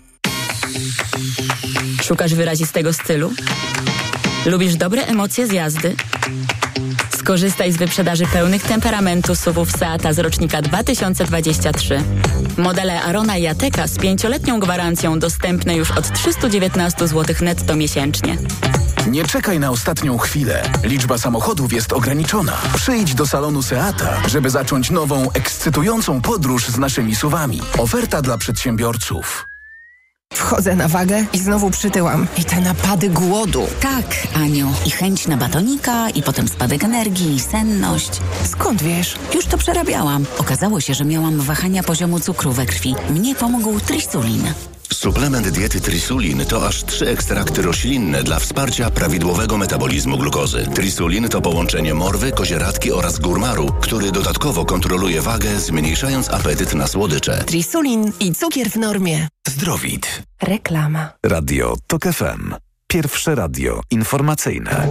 Szukasz wyrazistego stylu? Lubisz dobre emocje z jazdy? Skorzystaj z wyprzedaży pełnych temperamentu S U V-ów Seata z rocznika dwa tysiące dwudziestego trzeciego. Modele Arona i Ateca z pięcioletnią gwarancją dostępne już od trzysta dziewiętnaście złotych netto miesięcznie. Nie czekaj na ostatnią chwilę. Liczba samochodów jest ograniczona. Przyjdź do salonu Seata, żeby zacząć nową, ekscytującą podróż z naszymi S U V-ami. Oferta dla przedsiębiorców. Wchodzę na wagę i znowu przytyłam. I te napady głodu. Tak, Aniu. I chęć na batonika, i potem spadek energii, i senność. Skąd wiesz? Już to przerabiałam. Okazało się, że miałam wahania poziomu cukru we krwi. Mnie pomógł Trisulin. Suplement diety Trisulin to aż trzy ekstrakty roślinne dla wsparcia prawidłowego metabolizmu glukozy. Trisulin to połączenie morwy, kozieradki oraz górmaru, który dodatkowo kontroluje wagę, zmniejszając apetyt na słodycze. Trisulin i cukier w normie. Zdrowit. Reklama. Radio Tok F M. Pierwsze radio informacyjne.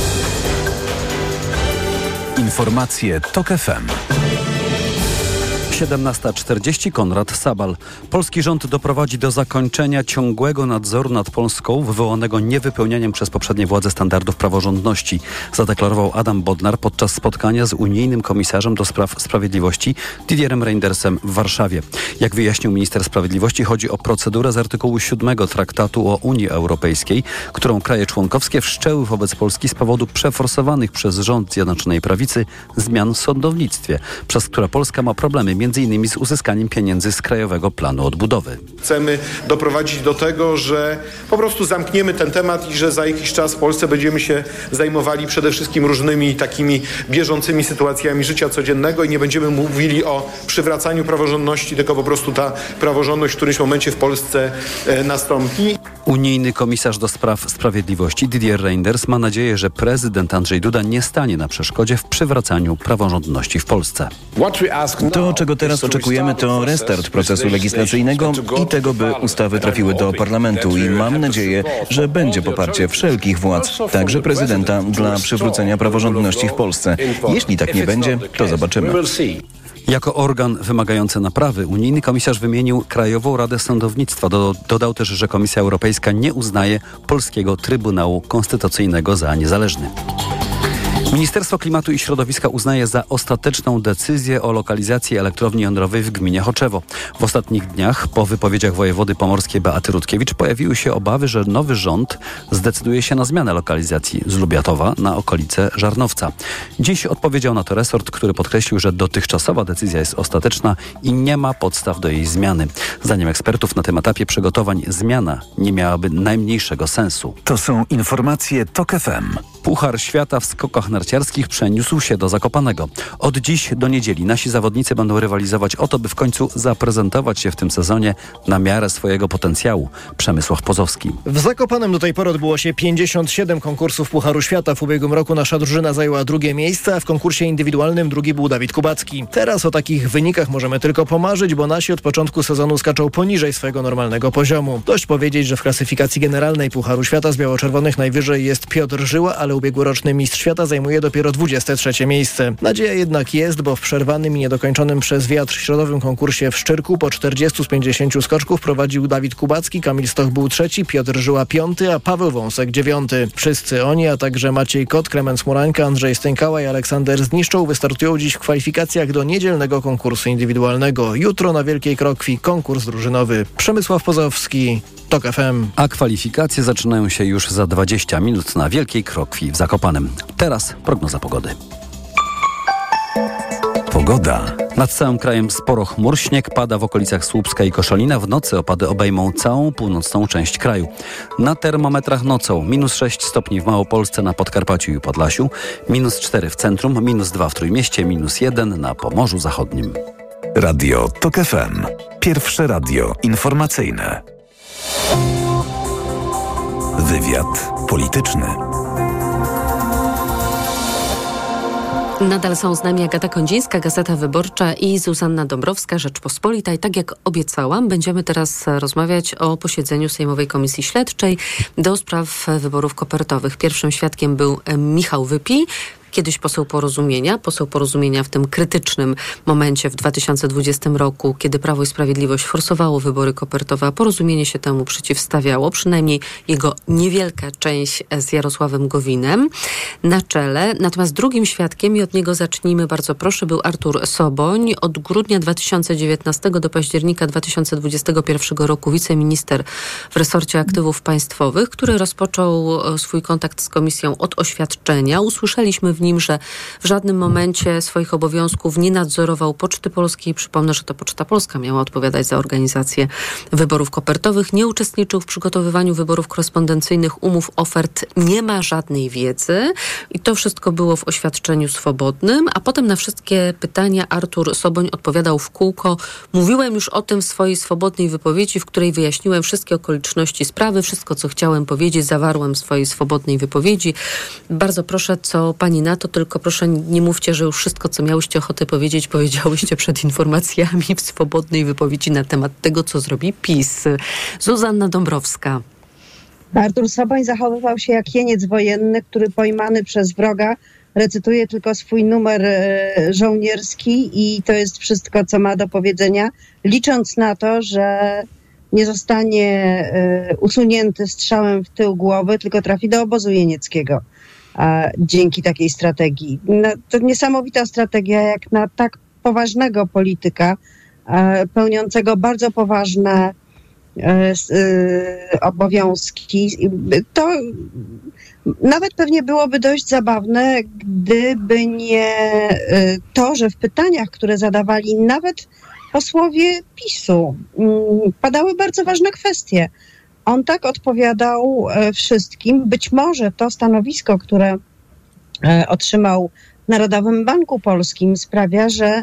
Informacje Tok F M. siedemnasta czterdzieści Konrad Sabal. Polski rząd doprowadzi do zakończenia ciągłego nadzoru nad Polską wywołanego niewypełnianiem przez poprzednie władze standardów praworządności, zadeklarował Adam Bodnar podczas spotkania z unijnym komisarzem do spraw sprawiedliwości Didierem Reindersem w Warszawie. Jak wyjaśnił minister sprawiedliwości, chodzi o procedurę z artykułu siódmego Traktatu o Unii Europejskiej, którą kraje członkowskie wszczęły wobec Polski z powodu przeforsowanych przez rząd Zjednoczonej Prawicy zmian w sądownictwie, przez które Polska ma problemy między innymi z uzyskaniem pieniędzy z Krajowego Planu Odbudowy. Chcemy doprowadzić do tego, że po prostu zamkniemy ten temat i że za jakiś czas w Polsce będziemy się zajmowali przede wszystkim różnymi takimi bieżącymi sytuacjami życia codziennego i nie będziemy mówili o przywracaniu praworządności, tylko po prostu ta praworządność w którymś momencie w Polsce e, nastąpi. Unijny komisarz do spraw sprawiedliwości Didier Reynders ma nadzieję, że prezydent Andrzej Duda nie stanie na przeszkodzie w przywracaniu praworządności w Polsce. To, czego teraz oczekujemy, to restart procesu legislacyjnego i tego, by ustawy trafiły do parlamentu i mam nadzieję, że będzie poparcie wszelkich władz, także prezydenta, dla przywrócenia praworządności w Polsce. Jeśli tak nie będzie, to zobaczymy. Jako organ wymagający naprawy unijny komisarz wymienił Krajową Radę Sądownictwa. Do, dodał też, że Komisja Europejska nie uznaje polskiego Trybunału Konstytucyjnego za niezależny. Ministerstwo Klimatu i Środowiska uznaje za ostateczną decyzję o lokalizacji elektrowni jądrowej w gminie Choczewo. W ostatnich dniach po wypowiedziach wojewody pomorskiej Beaty Rutkiewicz pojawiły się obawy, że nowy rząd zdecyduje się na zmianę lokalizacji z Lubiatowa na okolice Żarnowca. Dziś odpowiedział na to resort, który podkreślił, że dotychczasowa decyzja jest ostateczna i nie ma podstaw do jej zmiany. Zdaniem ekspertów na tym etapie przygotowań zmiana nie miałaby najmniejszego sensu. To są informacje TOK F M. Puchar Świata w skokach narciarskich przeniósł się do Zakopanego. Od dziś do niedzieli nasi zawodnicy będą rywalizować o to, by w końcu zaprezentować się w tym sezonie na miarę swojego potencjału. Przemysław Pozowski. W Zakopanem do tej pory odbyło się pięćdziesiąt siedem konkursów Pucharu Świata. W ubiegłym roku nasza drużyna zajęła drugie miejsce, a w konkursie indywidualnym drugi był Dawid Kubacki. Teraz o takich wynikach możemy tylko pomarzyć, bo nasi od początku sezonu skaczą poniżej swojego normalnego poziomu. Dość powiedzieć, że w klasyfikacji generalnej Pucharu Świata z biało-czerwonych najwyżej jest Piotr Żyła, ale ubiegłoroczny mistrz świata zajmuje dopiero dwudzieste trzecie miejsce. Nadzieja jednak jest, bo w przerwanym i niedokończonym przez wiatr środowym konkursie w Szczyrku po czterdziestu z pięćdziesięciu skoczków prowadził Dawid Kubacki, Kamil Stoch był trzeci, Piotr Żyła piąty, a Paweł Wąsek dziewiąty. Wszyscy oni, a także Maciej Kot, Klemens Murańka, Andrzej Stękała i Aleksander Zniszczą wystartują dziś w kwalifikacjach do niedzielnego konkursu indywidualnego. Jutro na Wielkiej Krokwi konkurs drużynowy. Przemysław Pozowski, TOK F M. A kwalifikacje zaczynają się już za dwadzieścia minut na Wielkiej Krokwi w Zakopanem. Teraz prognoza pogody. Pogoda. Nad całym krajem sporo chmur, śnieg pada w okolicach Słupska i Koszalina. W nocy opady obejmą całą północną część kraju. Na termometrach nocą minus sześć stopni w Małopolsce, na Podkarpaciu i Podlasiu, minus cztery w centrum, minus dwa w Trójmieście, minus jeden na Pomorzu Zachodnim. Radio TOK F M. Pierwsze radio informacyjne. Wywiad polityczny. Nadal są z nami Agata Kondzińska, Gazeta Wyborcza i Zuzanna Dąbrowska, Rzeczpospolita. I tak jak obiecałam, będziemy teraz rozmawiać o posiedzeniu Sejmowej Komisji Śledczej do spraw wyborów kopertowych. Pierwszym świadkiem był Michał Wypij, kiedyś poseł Porozumienia, poseł Porozumienia w tym krytycznym momencie w dwa tysiące dwudziestym roku, kiedy Prawo i Sprawiedliwość forsowało wybory kopertowe, a Porozumienie się temu przeciwstawiało, przynajmniej jego niewielka część z Jarosławem Gowinem na czele. Natomiast drugim świadkiem, i od niego zacznijmy bardzo proszę, był Artur Soboń. Od grudnia dwa tysiące dziewiętnastego do października dwa tysiące dwudziestego pierwszego roku wiceminister w resorcie aktywów państwowych, który rozpoczął swój kontakt z komisją od oświadczenia. Usłyszeliśmy w nim, że w żadnym momencie swoich obowiązków nie nadzorował Poczty Polskiej. Przypomnę, że to Poczta Polska miała odpowiadać za organizację wyborów kopertowych. Nie uczestniczył w przygotowywaniu wyborów korespondencyjnych, umów, ofert. Nie ma żadnej wiedzy. I to wszystko było w oświadczeniu swobodnym. A potem na wszystkie pytania Artur Soboń odpowiadał w kółko. Mówiłem już o tym w swojej swobodnej wypowiedzi, w której wyjaśniłem wszystkie okoliczności sprawy. Wszystko, co chciałem powiedzieć, zawarłem w swojej swobodnej wypowiedzi. Bardzo proszę, co pani na to, tylko proszę nie mówcie, że już wszystko, co miałyście ochotę powiedzieć, powiedziałyście przed informacjami w swobodnej wypowiedzi na temat tego, co zrobi PiS. Zuzanna Dąbrowska. Artur Soboń zachowywał się jak jeniec wojenny, który pojmany przez wroga recytuje tylko swój numer żołnierski i to jest wszystko, co ma do powiedzenia, licząc na to, że nie zostanie usunięty strzałem w tył głowy, tylko trafi do obozu jenieckiego dzięki takiej strategii. No, to niesamowita strategia, jak na tak poważnego polityka, pełniącego bardzo poważne obowiązki. To nawet pewnie byłoby dość zabawne, gdyby nie to, że w pytaniach, które zadawali nawet posłowie PiSu, padały bardzo ważne kwestie. On tak odpowiadał wszystkim. Być może to stanowisko, które otrzymał w Narodowym Banku Polskim, sprawia, że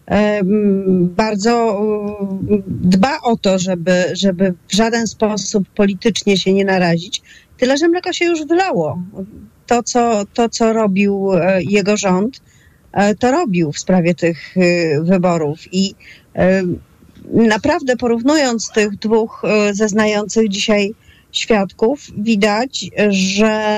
bardzo dba o to, żeby, żeby w żaden sposób politycznie się nie narazić. Tyle, że mleko się już wylało. To, co, to, co robił jego rząd, to robił w sprawie tych wyborów. I naprawdę porównując tych dwóch zeznających dzisiaj świadków, widać, że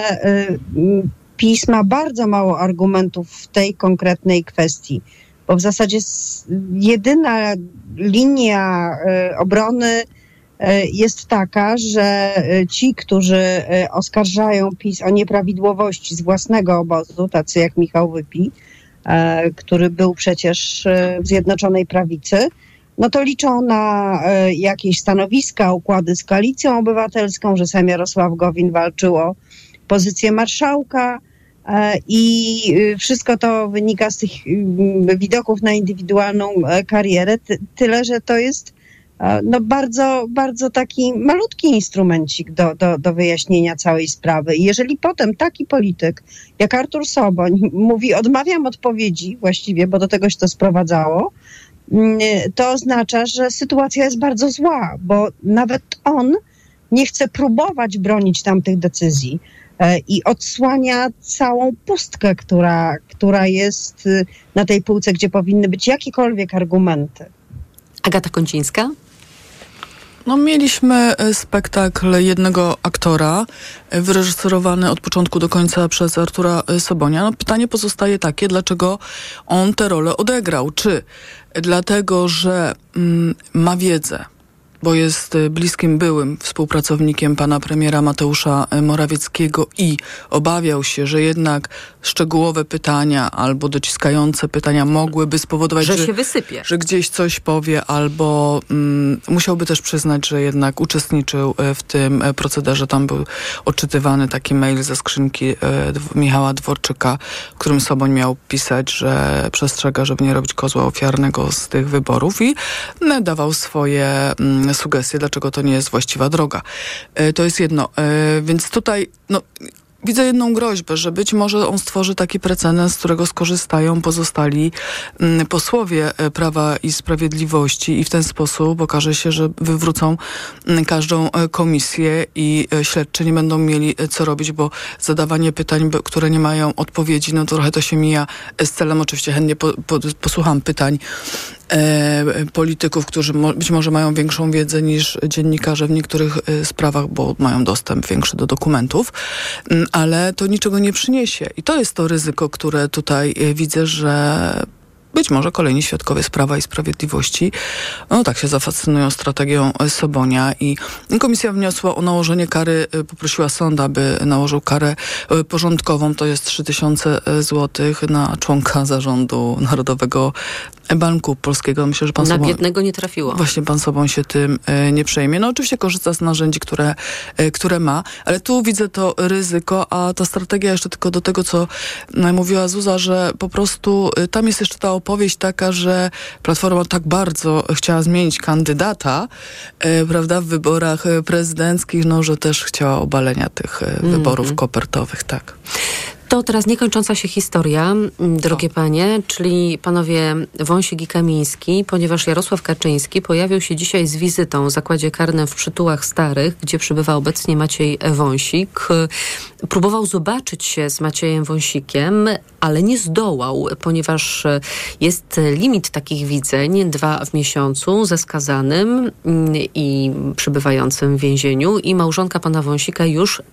PiS ma bardzo mało argumentów w tej konkretnej kwestii, bo w zasadzie jedyna linia obrony jest taka, że ci, którzy oskarżają PiS o nieprawidłowości z własnego obozu, tacy jak Michał Wypij, który był przecież w Zjednoczonej Prawicy, no to liczą na jakieś stanowiska, układy z Koalicją Obywatelską, że sam Jarosław Gowin walczył o pozycję marszałka i wszystko to wynika z tych widoków na indywidualną karierę, tyle, że to jest no bardzo, bardzo taki malutki instrumencik do, do, do wyjaśnienia całej sprawy. I jeżeli potem taki polityk jak Artur Soboń mówi, odmawiam odpowiedzi właściwie, bo do tego się to sprowadzało, to oznacza, że sytuacja jest bardzo zła, bo nawet on nie chce próbować bronić tamtych decyzji i odsłania całą pustkę, która, która jest na tej półce, gdzie powinny być jakiekolwiek argumenty. Agata Kondzińska? No, mieliśmy spektakl jednego aktora, wyreżyserowany od początku do końca przez Artura Sobonia. No, pytanie pozostaje takie, dlaczego on tę rolę odegrał? Czy dlatego, że mm, ma wiedzę, bo jest bliskim byłym współpracownikiem pana premiera Mateusza Morawieckiego i obawiał się, że jednak szczegółowe pytania albo dociskające pytania mogłyby spowodować, że, że się wysypie. Że gdzieś coś powie, albo mm, musiałby też przyznać, że jednak uczestniczył w tym procederze. Tam był odczytywany taki mail ze skrzynki e, Michała Dworczyka, w którym Soboń miał pisać, że przestrzega, żeby nie robić kozła ofiarnego z tych wyborów i e, dawał swoje mm, sugestie, dlaczego to nie jest właściwa droga. E, to jest jedno. E, więc tutaj no, widzę jedną groźbę, że być może on stworzy taki precedens, z którego skorzystają pozostali mm, posłowie Prawa i Sprawiedliwości i w ten sposób okaże się, że wywrócą mm, każdą komisję i e, śledczy nie będą mieli co robić, bo zadawanie pytań, które nie mają odpowiedzi, no trochę to się mija z celem. Oczywiście chętnie po, po, posłucham pytań E, polityków, którzy mo- być może mają większą wiedzę niż dziennikarze w niektórych e, sprawach, bo mają dostęp większy do dokumentów, m, ale to niczego nie przyniesie. I to jest to ryzyko, które tutaj e, widzę, że być może kolejni świadkowie z Prawa i Sprawiedliwości no tak się zafascynują strategią Sobonia i komisja wniosła o nałożenie kary, poprosiła sąd, aby nałożył karę porządkową, to jest trzy tysiące złotych na członka zarządu Narodowego Banku Polskiego. Myślę, że pan Na Soboń, biednego nie trafiło. Właśnie pan Soboń się tym e, nie przejmie. No oczywiście korzysta z narzędzi, które, e, które ma, ale tu widzę to ryzyko, a ta strategia jeszcze tylko do tego, co e, mówiła Zuza, że po prostu e, tam jest jeszcze ta opowieść taka, że Platforma tak bardzo chciała zmienić kandydata, e, prawda, w wyborach prezydenckich, no, że też chciała obalenia tych e, mm-hmm. wyborów kopertowych, tak. To teraz niekończąca się historia, drogie panie, czyli panowie Wąsik i Kamiński, ponieważ Jarosław Kaczyński pojawił się dzisiaj z wizytą w zakładzie karnym w Przytułach Starych, gdzie przybywa obecnie Maciej Wąsik. Próbował zobaczyć się z Maciejem Wąsikiem, ale nie zdołał, ponieważ jest limit takich widzeń, dwa w miesiącu, ze skazanym i przebywającym w więzieniu i małżonka pana Wąsika już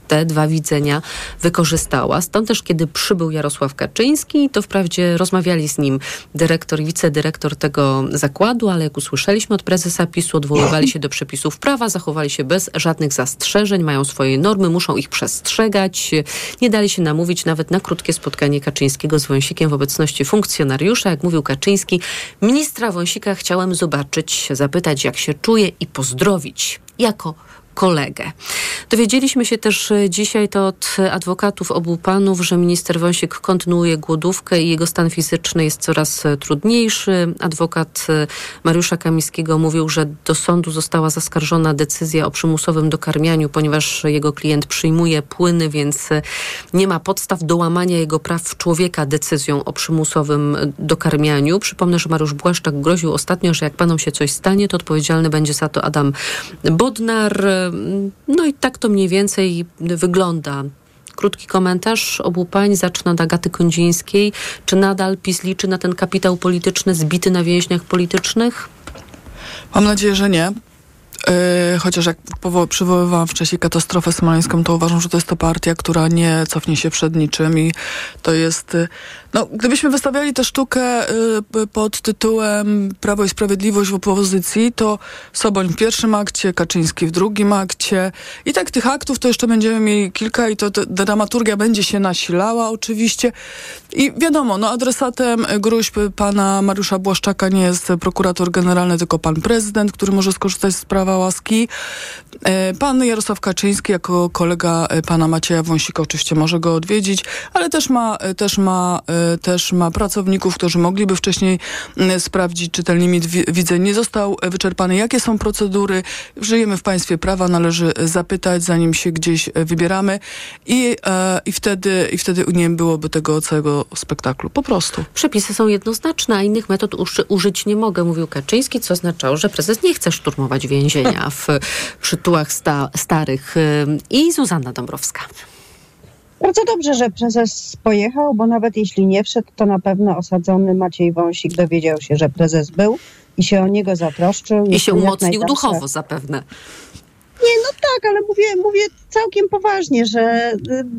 te dwa widzenia wykorzystała. Stąd też, kiedy przybył Jarosław Kaczyński, to wprawdzie rozmawiali z nim dyrektor i wicedyrektor tego zakładu, ale jak usłyszeliśmy od prezesa PiSu, odwoływali się do przepisów prawa, zachowali się bez żadnych zastrzeżeń, mają swoje normy, muszą ich przestrzegać. Nie dali się namówić nawet na krótkie spotkanie Kaczyńskiego z Wąsikiem w obecności funkcjonariusza. Jak mówił Kaczyński, ministra Wąsika chciałem zobaczyć, zapytać, jak się czuje i pozdrowić jako kolegę. Dowiedzieliśmy się też dzisiaj to od adwokatów obu panów, że minister Wąsik kontynuuje głodówkę i jego stan fizyczny jest coraz trudniejszy. Adwokat Mariusza Kamińskiego mówił, że do sądu została zaskarżona decyzja o przymusowym dokarmianiu, ponieważ jego klient przyjmuje płyny, więc nie ma podstaw do łamania jego praw człowieka decyzją o przymusowym dokarmianiu. Przypomnę, że Mariusz Błaszczak groził ostatnio, że jak panom się coś stanie, to odpowiedzialny będzie za to Adam Bodnar. No i tak to mniej więcej wygląda. Krótki komentarz obu pań. Zacznę od Agaty Kondzińskiej. Czy nadal PiS liczy na ten kapitał polityczny zbity na więźniach politycznych? Mam nadzieję, że nie. Yy, chociaż jak powo- przywoływałam wcześniej katastrofę smoleńską, to uważam, że to jest to partia, która nie cofnie się przed niczym i to jest... Yy, no, gdybyśmy wystawiali tę sztukę yy, pod tytułem Prawo i Sprawiedliwość w opozycji, to Soboń w pierwszym akcie, Kaczyński w drugim akcie i tak tych aktów to jeszcze będziemy mieli kilka i to t- dramaturgia będzie się nasilała oczywiście i wiadomo, no adresatem gróźb pana Mariusza Błaszczaka nie jest prokurator generalny, tylko pan prezydent, który może skorzystać z prawa łaski. Pan Jarosław Kaczyński jako kolega pana Macieja Wąsika oczywiście może go odwiedzić, ale też ma, też ma, też ma pracowników, którzy mogliby wcześniej sprawdzić, czy ten limit widzeń nie został wyczerpany. Jakie są procedury? Żyjemy w państwie prawa, należy zapytać, zanim się gdzieś wybieramy i, i, wtedy, i wtedy nie byłoby tego całego spektaklu. Po prostu. Przepisy są jednoznaczne, a innych metod uży, użyć nie mogę, mówił Kaczyński, co oznaczało, że prezes nie chce szturmować więzienia w przytułach sta, starych. I Zuzanna Dąbrowska. Bardzo dobrze, że prezes pojechał, bo nawet jeśli nie wszedł, to na pewno osadzony Maciej Wąsik dowiedział się, że prezes był i się o niego zatroszczył. I się umocnił duchowo zapewne. Nie, no tak, ale mówię, mówię całkiem poważnie, że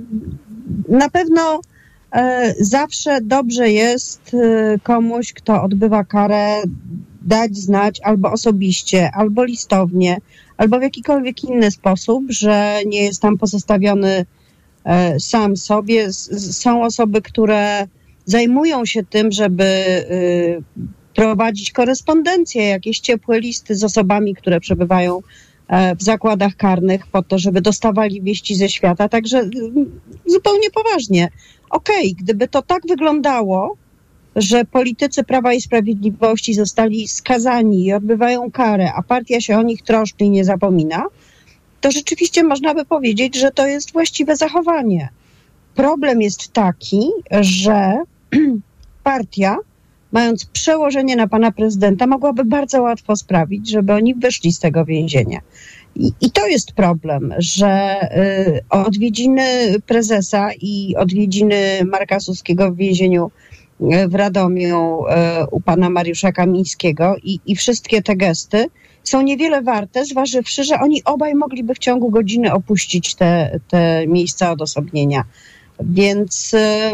na pewno e, zawsze dobrze jest e, komuś, kto odbywa karę, dać znać albo osobiście, albo listownie, albo w jakikolwiek inny sposób, że nie jest tam pozostawiony e, sam sobie. S- są osoby, które zajmują się tym, żeby e, prowadzić korespondencję, jakieś ciepłe listy z osobami, które przebywają e, w zakładach karnych po to, żeby dostawali wieści ze świata. Także e, zupełnie poważnie. Okej, gdyby to tak wyglądało, że politycy Prawa i Sprawiedliwości zostali skazani i odbywają karę, a partia się o nich troszczy i nie zapomina, to rzeczywiście można by powiedzieć, że to jest właściwe zachowanie. Problem jest taki, że partia, mając przełożenie na pana prezydenta, mogłaby bardzo łatwo sprawić, żeby oni wyszli z tego więzienia. I, i to jest problem, że y, odwiedziny prezesa i odwiedziny Marka Suskiego w więzieniu w Radomiu u pana Mariusza Kamińskiego i, i wszystkie te gesty są niewiele warte, zważywszy, że oni obaj mogliby w ciągu godziny opuścić te, te miejsca odosobnienia. Więc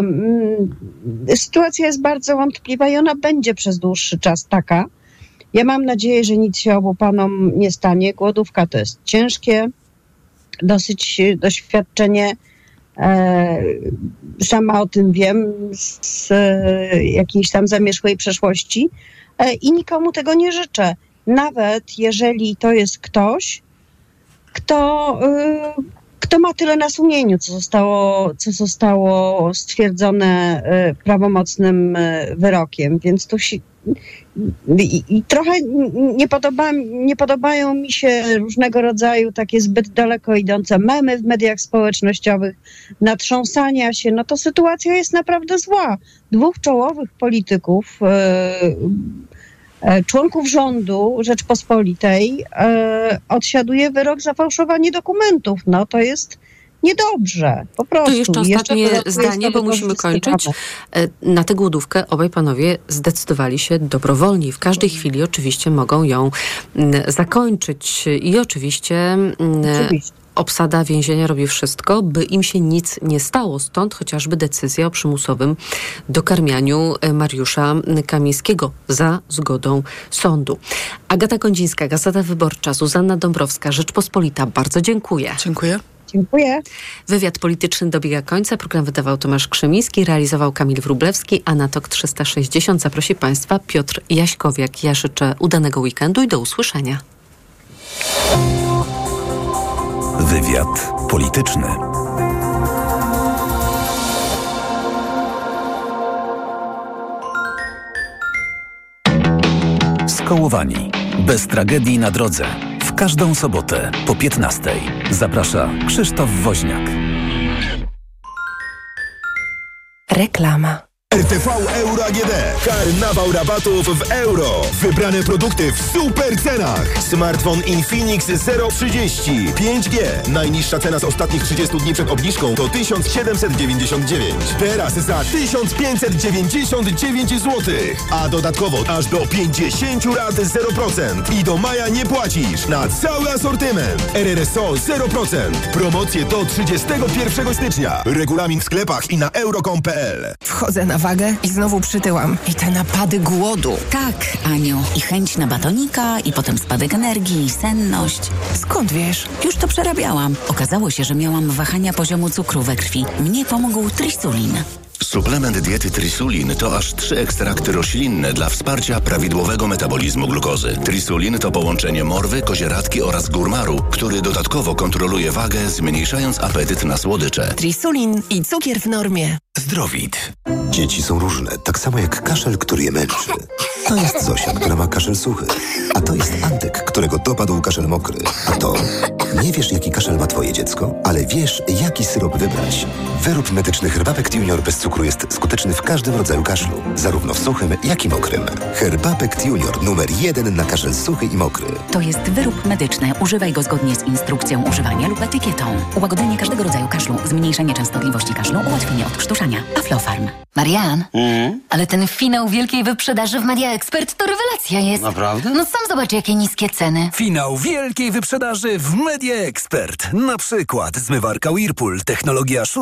y, sytuacja jest bardzo wątpliwa i ona będzie przez dłuższy czas taka. Ja mam nadzieję, że nic się obu panom nie stanie. Głodówka to jest ciężkie dosyć doświadczenie. E, sama o tym wiem z e, jakiejś tam zamierzchłej przeszłości e, i nikomu tego nie życzę. Nawet jeżeli to jest ktoś, kto, e, kto ma tyle na sumieniu, co zostało, co zostało stwierdzone e, prawomocnym e, wyrokiem. Więc tu się I, i trochę nie, podoba, nie podobają mi się różnego rodzaju takie zbyt daleko idące memy w mediach społecznościowych, natrząsania się. No to sytuacja jest naprawdę zła. Dwóch czołowych polityków, e, e, członków rządu Rzeczpospolitej e, odsiaduje wyrok za fałszowanie dokumentów. No to jest niedobrze, po prostu. To jeszcze ostatnie jeszcze zdanie, bo musimy kończyć. Na tę głodówkę obaj panowie zdecydowali się dobrowolnie. W każdej chwili oczywiście mogą ją zakończyć. I oczywiście, oczywiście. obsada więzienia robi wszystko, by im się nic nie stało. Stąd chociażby decyzja o przymusowym dokarmianiu Mariusza Kamińskiego za zgodą sądu. Agata Kondzińska, Gazeta Wyborcza, Zuzanna Dąbrowska, Rzeczpospolita. Bardzo dziękuję. Dziękuję. Dziękuję. Wywiad polityczny dobiega końca. Program wydawał Tomasz Krzemiński, realizował Kamil Wróblewski, a na Tok trzysta sześćdziesiąt zaprosi Państwa Piotr Jaśkowiak. Ja życzę udanego weekendu i do usłyszenia. Wywiad polityczny. Skołowani. Bez tragedii na drodze. W każdą sobotę po piętnastej. Zaprasza Krzysztof Woźniak. Reklama. R T V Euro A G D. Karnawał rabatów w euro. Wybrane produkty w super cenach. Smartfon Infinix zero trzydzieści pięć G. Najniższa cena z ostatnich trzydziestu dni przed obniżką to tysiąc siedemset dziewięćdziesiąt dziewięć. Teraz za tysiąc pięćset dziewięćdziesiąt dziewięć złotych. A dodatkowo aż do pięćdziesiąt rat zero procent. I do maja nie płacisz na cały asortyment. R R S O zero procent. Promocje do trzydziestego pierwszego stycznia. Regulamin w sklepach i na euro kropka com kropka p l. Wchodzę na wagę i znowu przytyłam. I te napady głodu. Tak, Aniu. I chęć na batonika, i potem spadek energii, i senność. Skąd wiesz? Już to przerabiałam. Okazało się, że miałam wahania poziomu cukru we krwi. Mnie pomógł Trisulin. Suplement diety Trisulin to aż trzy ekstrakty roślinne dla wsparcia prawidłowego metabolizmu glukozy. Trisulin to połączenie morwy, kozieradki oraz górmaru, który dodatkowo kontroluje wagę, zmniejszając apetyt na słodycze. Trisulin i cukier w normie. Zdrowit. Dzieci są różne, tak samo jak kaszel, który je męczy. To jest Zosia, która ma kaszel suchy. A to jest Antek, którego dopadł kaszel mokry. A to... Nie wiesz, jaki kaszel ma twoje dziecko, ale wiesz, jaki syrop wybrać. Wyrób medyczny Herbapekt Junior bez cukru jest skuteczny w każdym rodzaju kaszlu, zarówno w suchym, jak i mokrym. Herbapekt Junior, numer jeden na kaszel suchy i mokry. To jest wyrób medyczny. Używaj go zgodnie z instrukcją używania lub etykietą. Ułagodzenie każdego rodzaju kaszlu, zmniejszenie częstotliwości kaszlu, ułatwienie odkrztuszania. Aflofarm. Marian, Mm? ale ten finał wielkiej wyprzedaży w Media Expert to rewelacja jest. Naprawdę? No sam zobacz, jakie niskie ceny. Finał wielkiej wyprzedaży w Media Expert. Na przykład zmywarka Whirlpool, technologia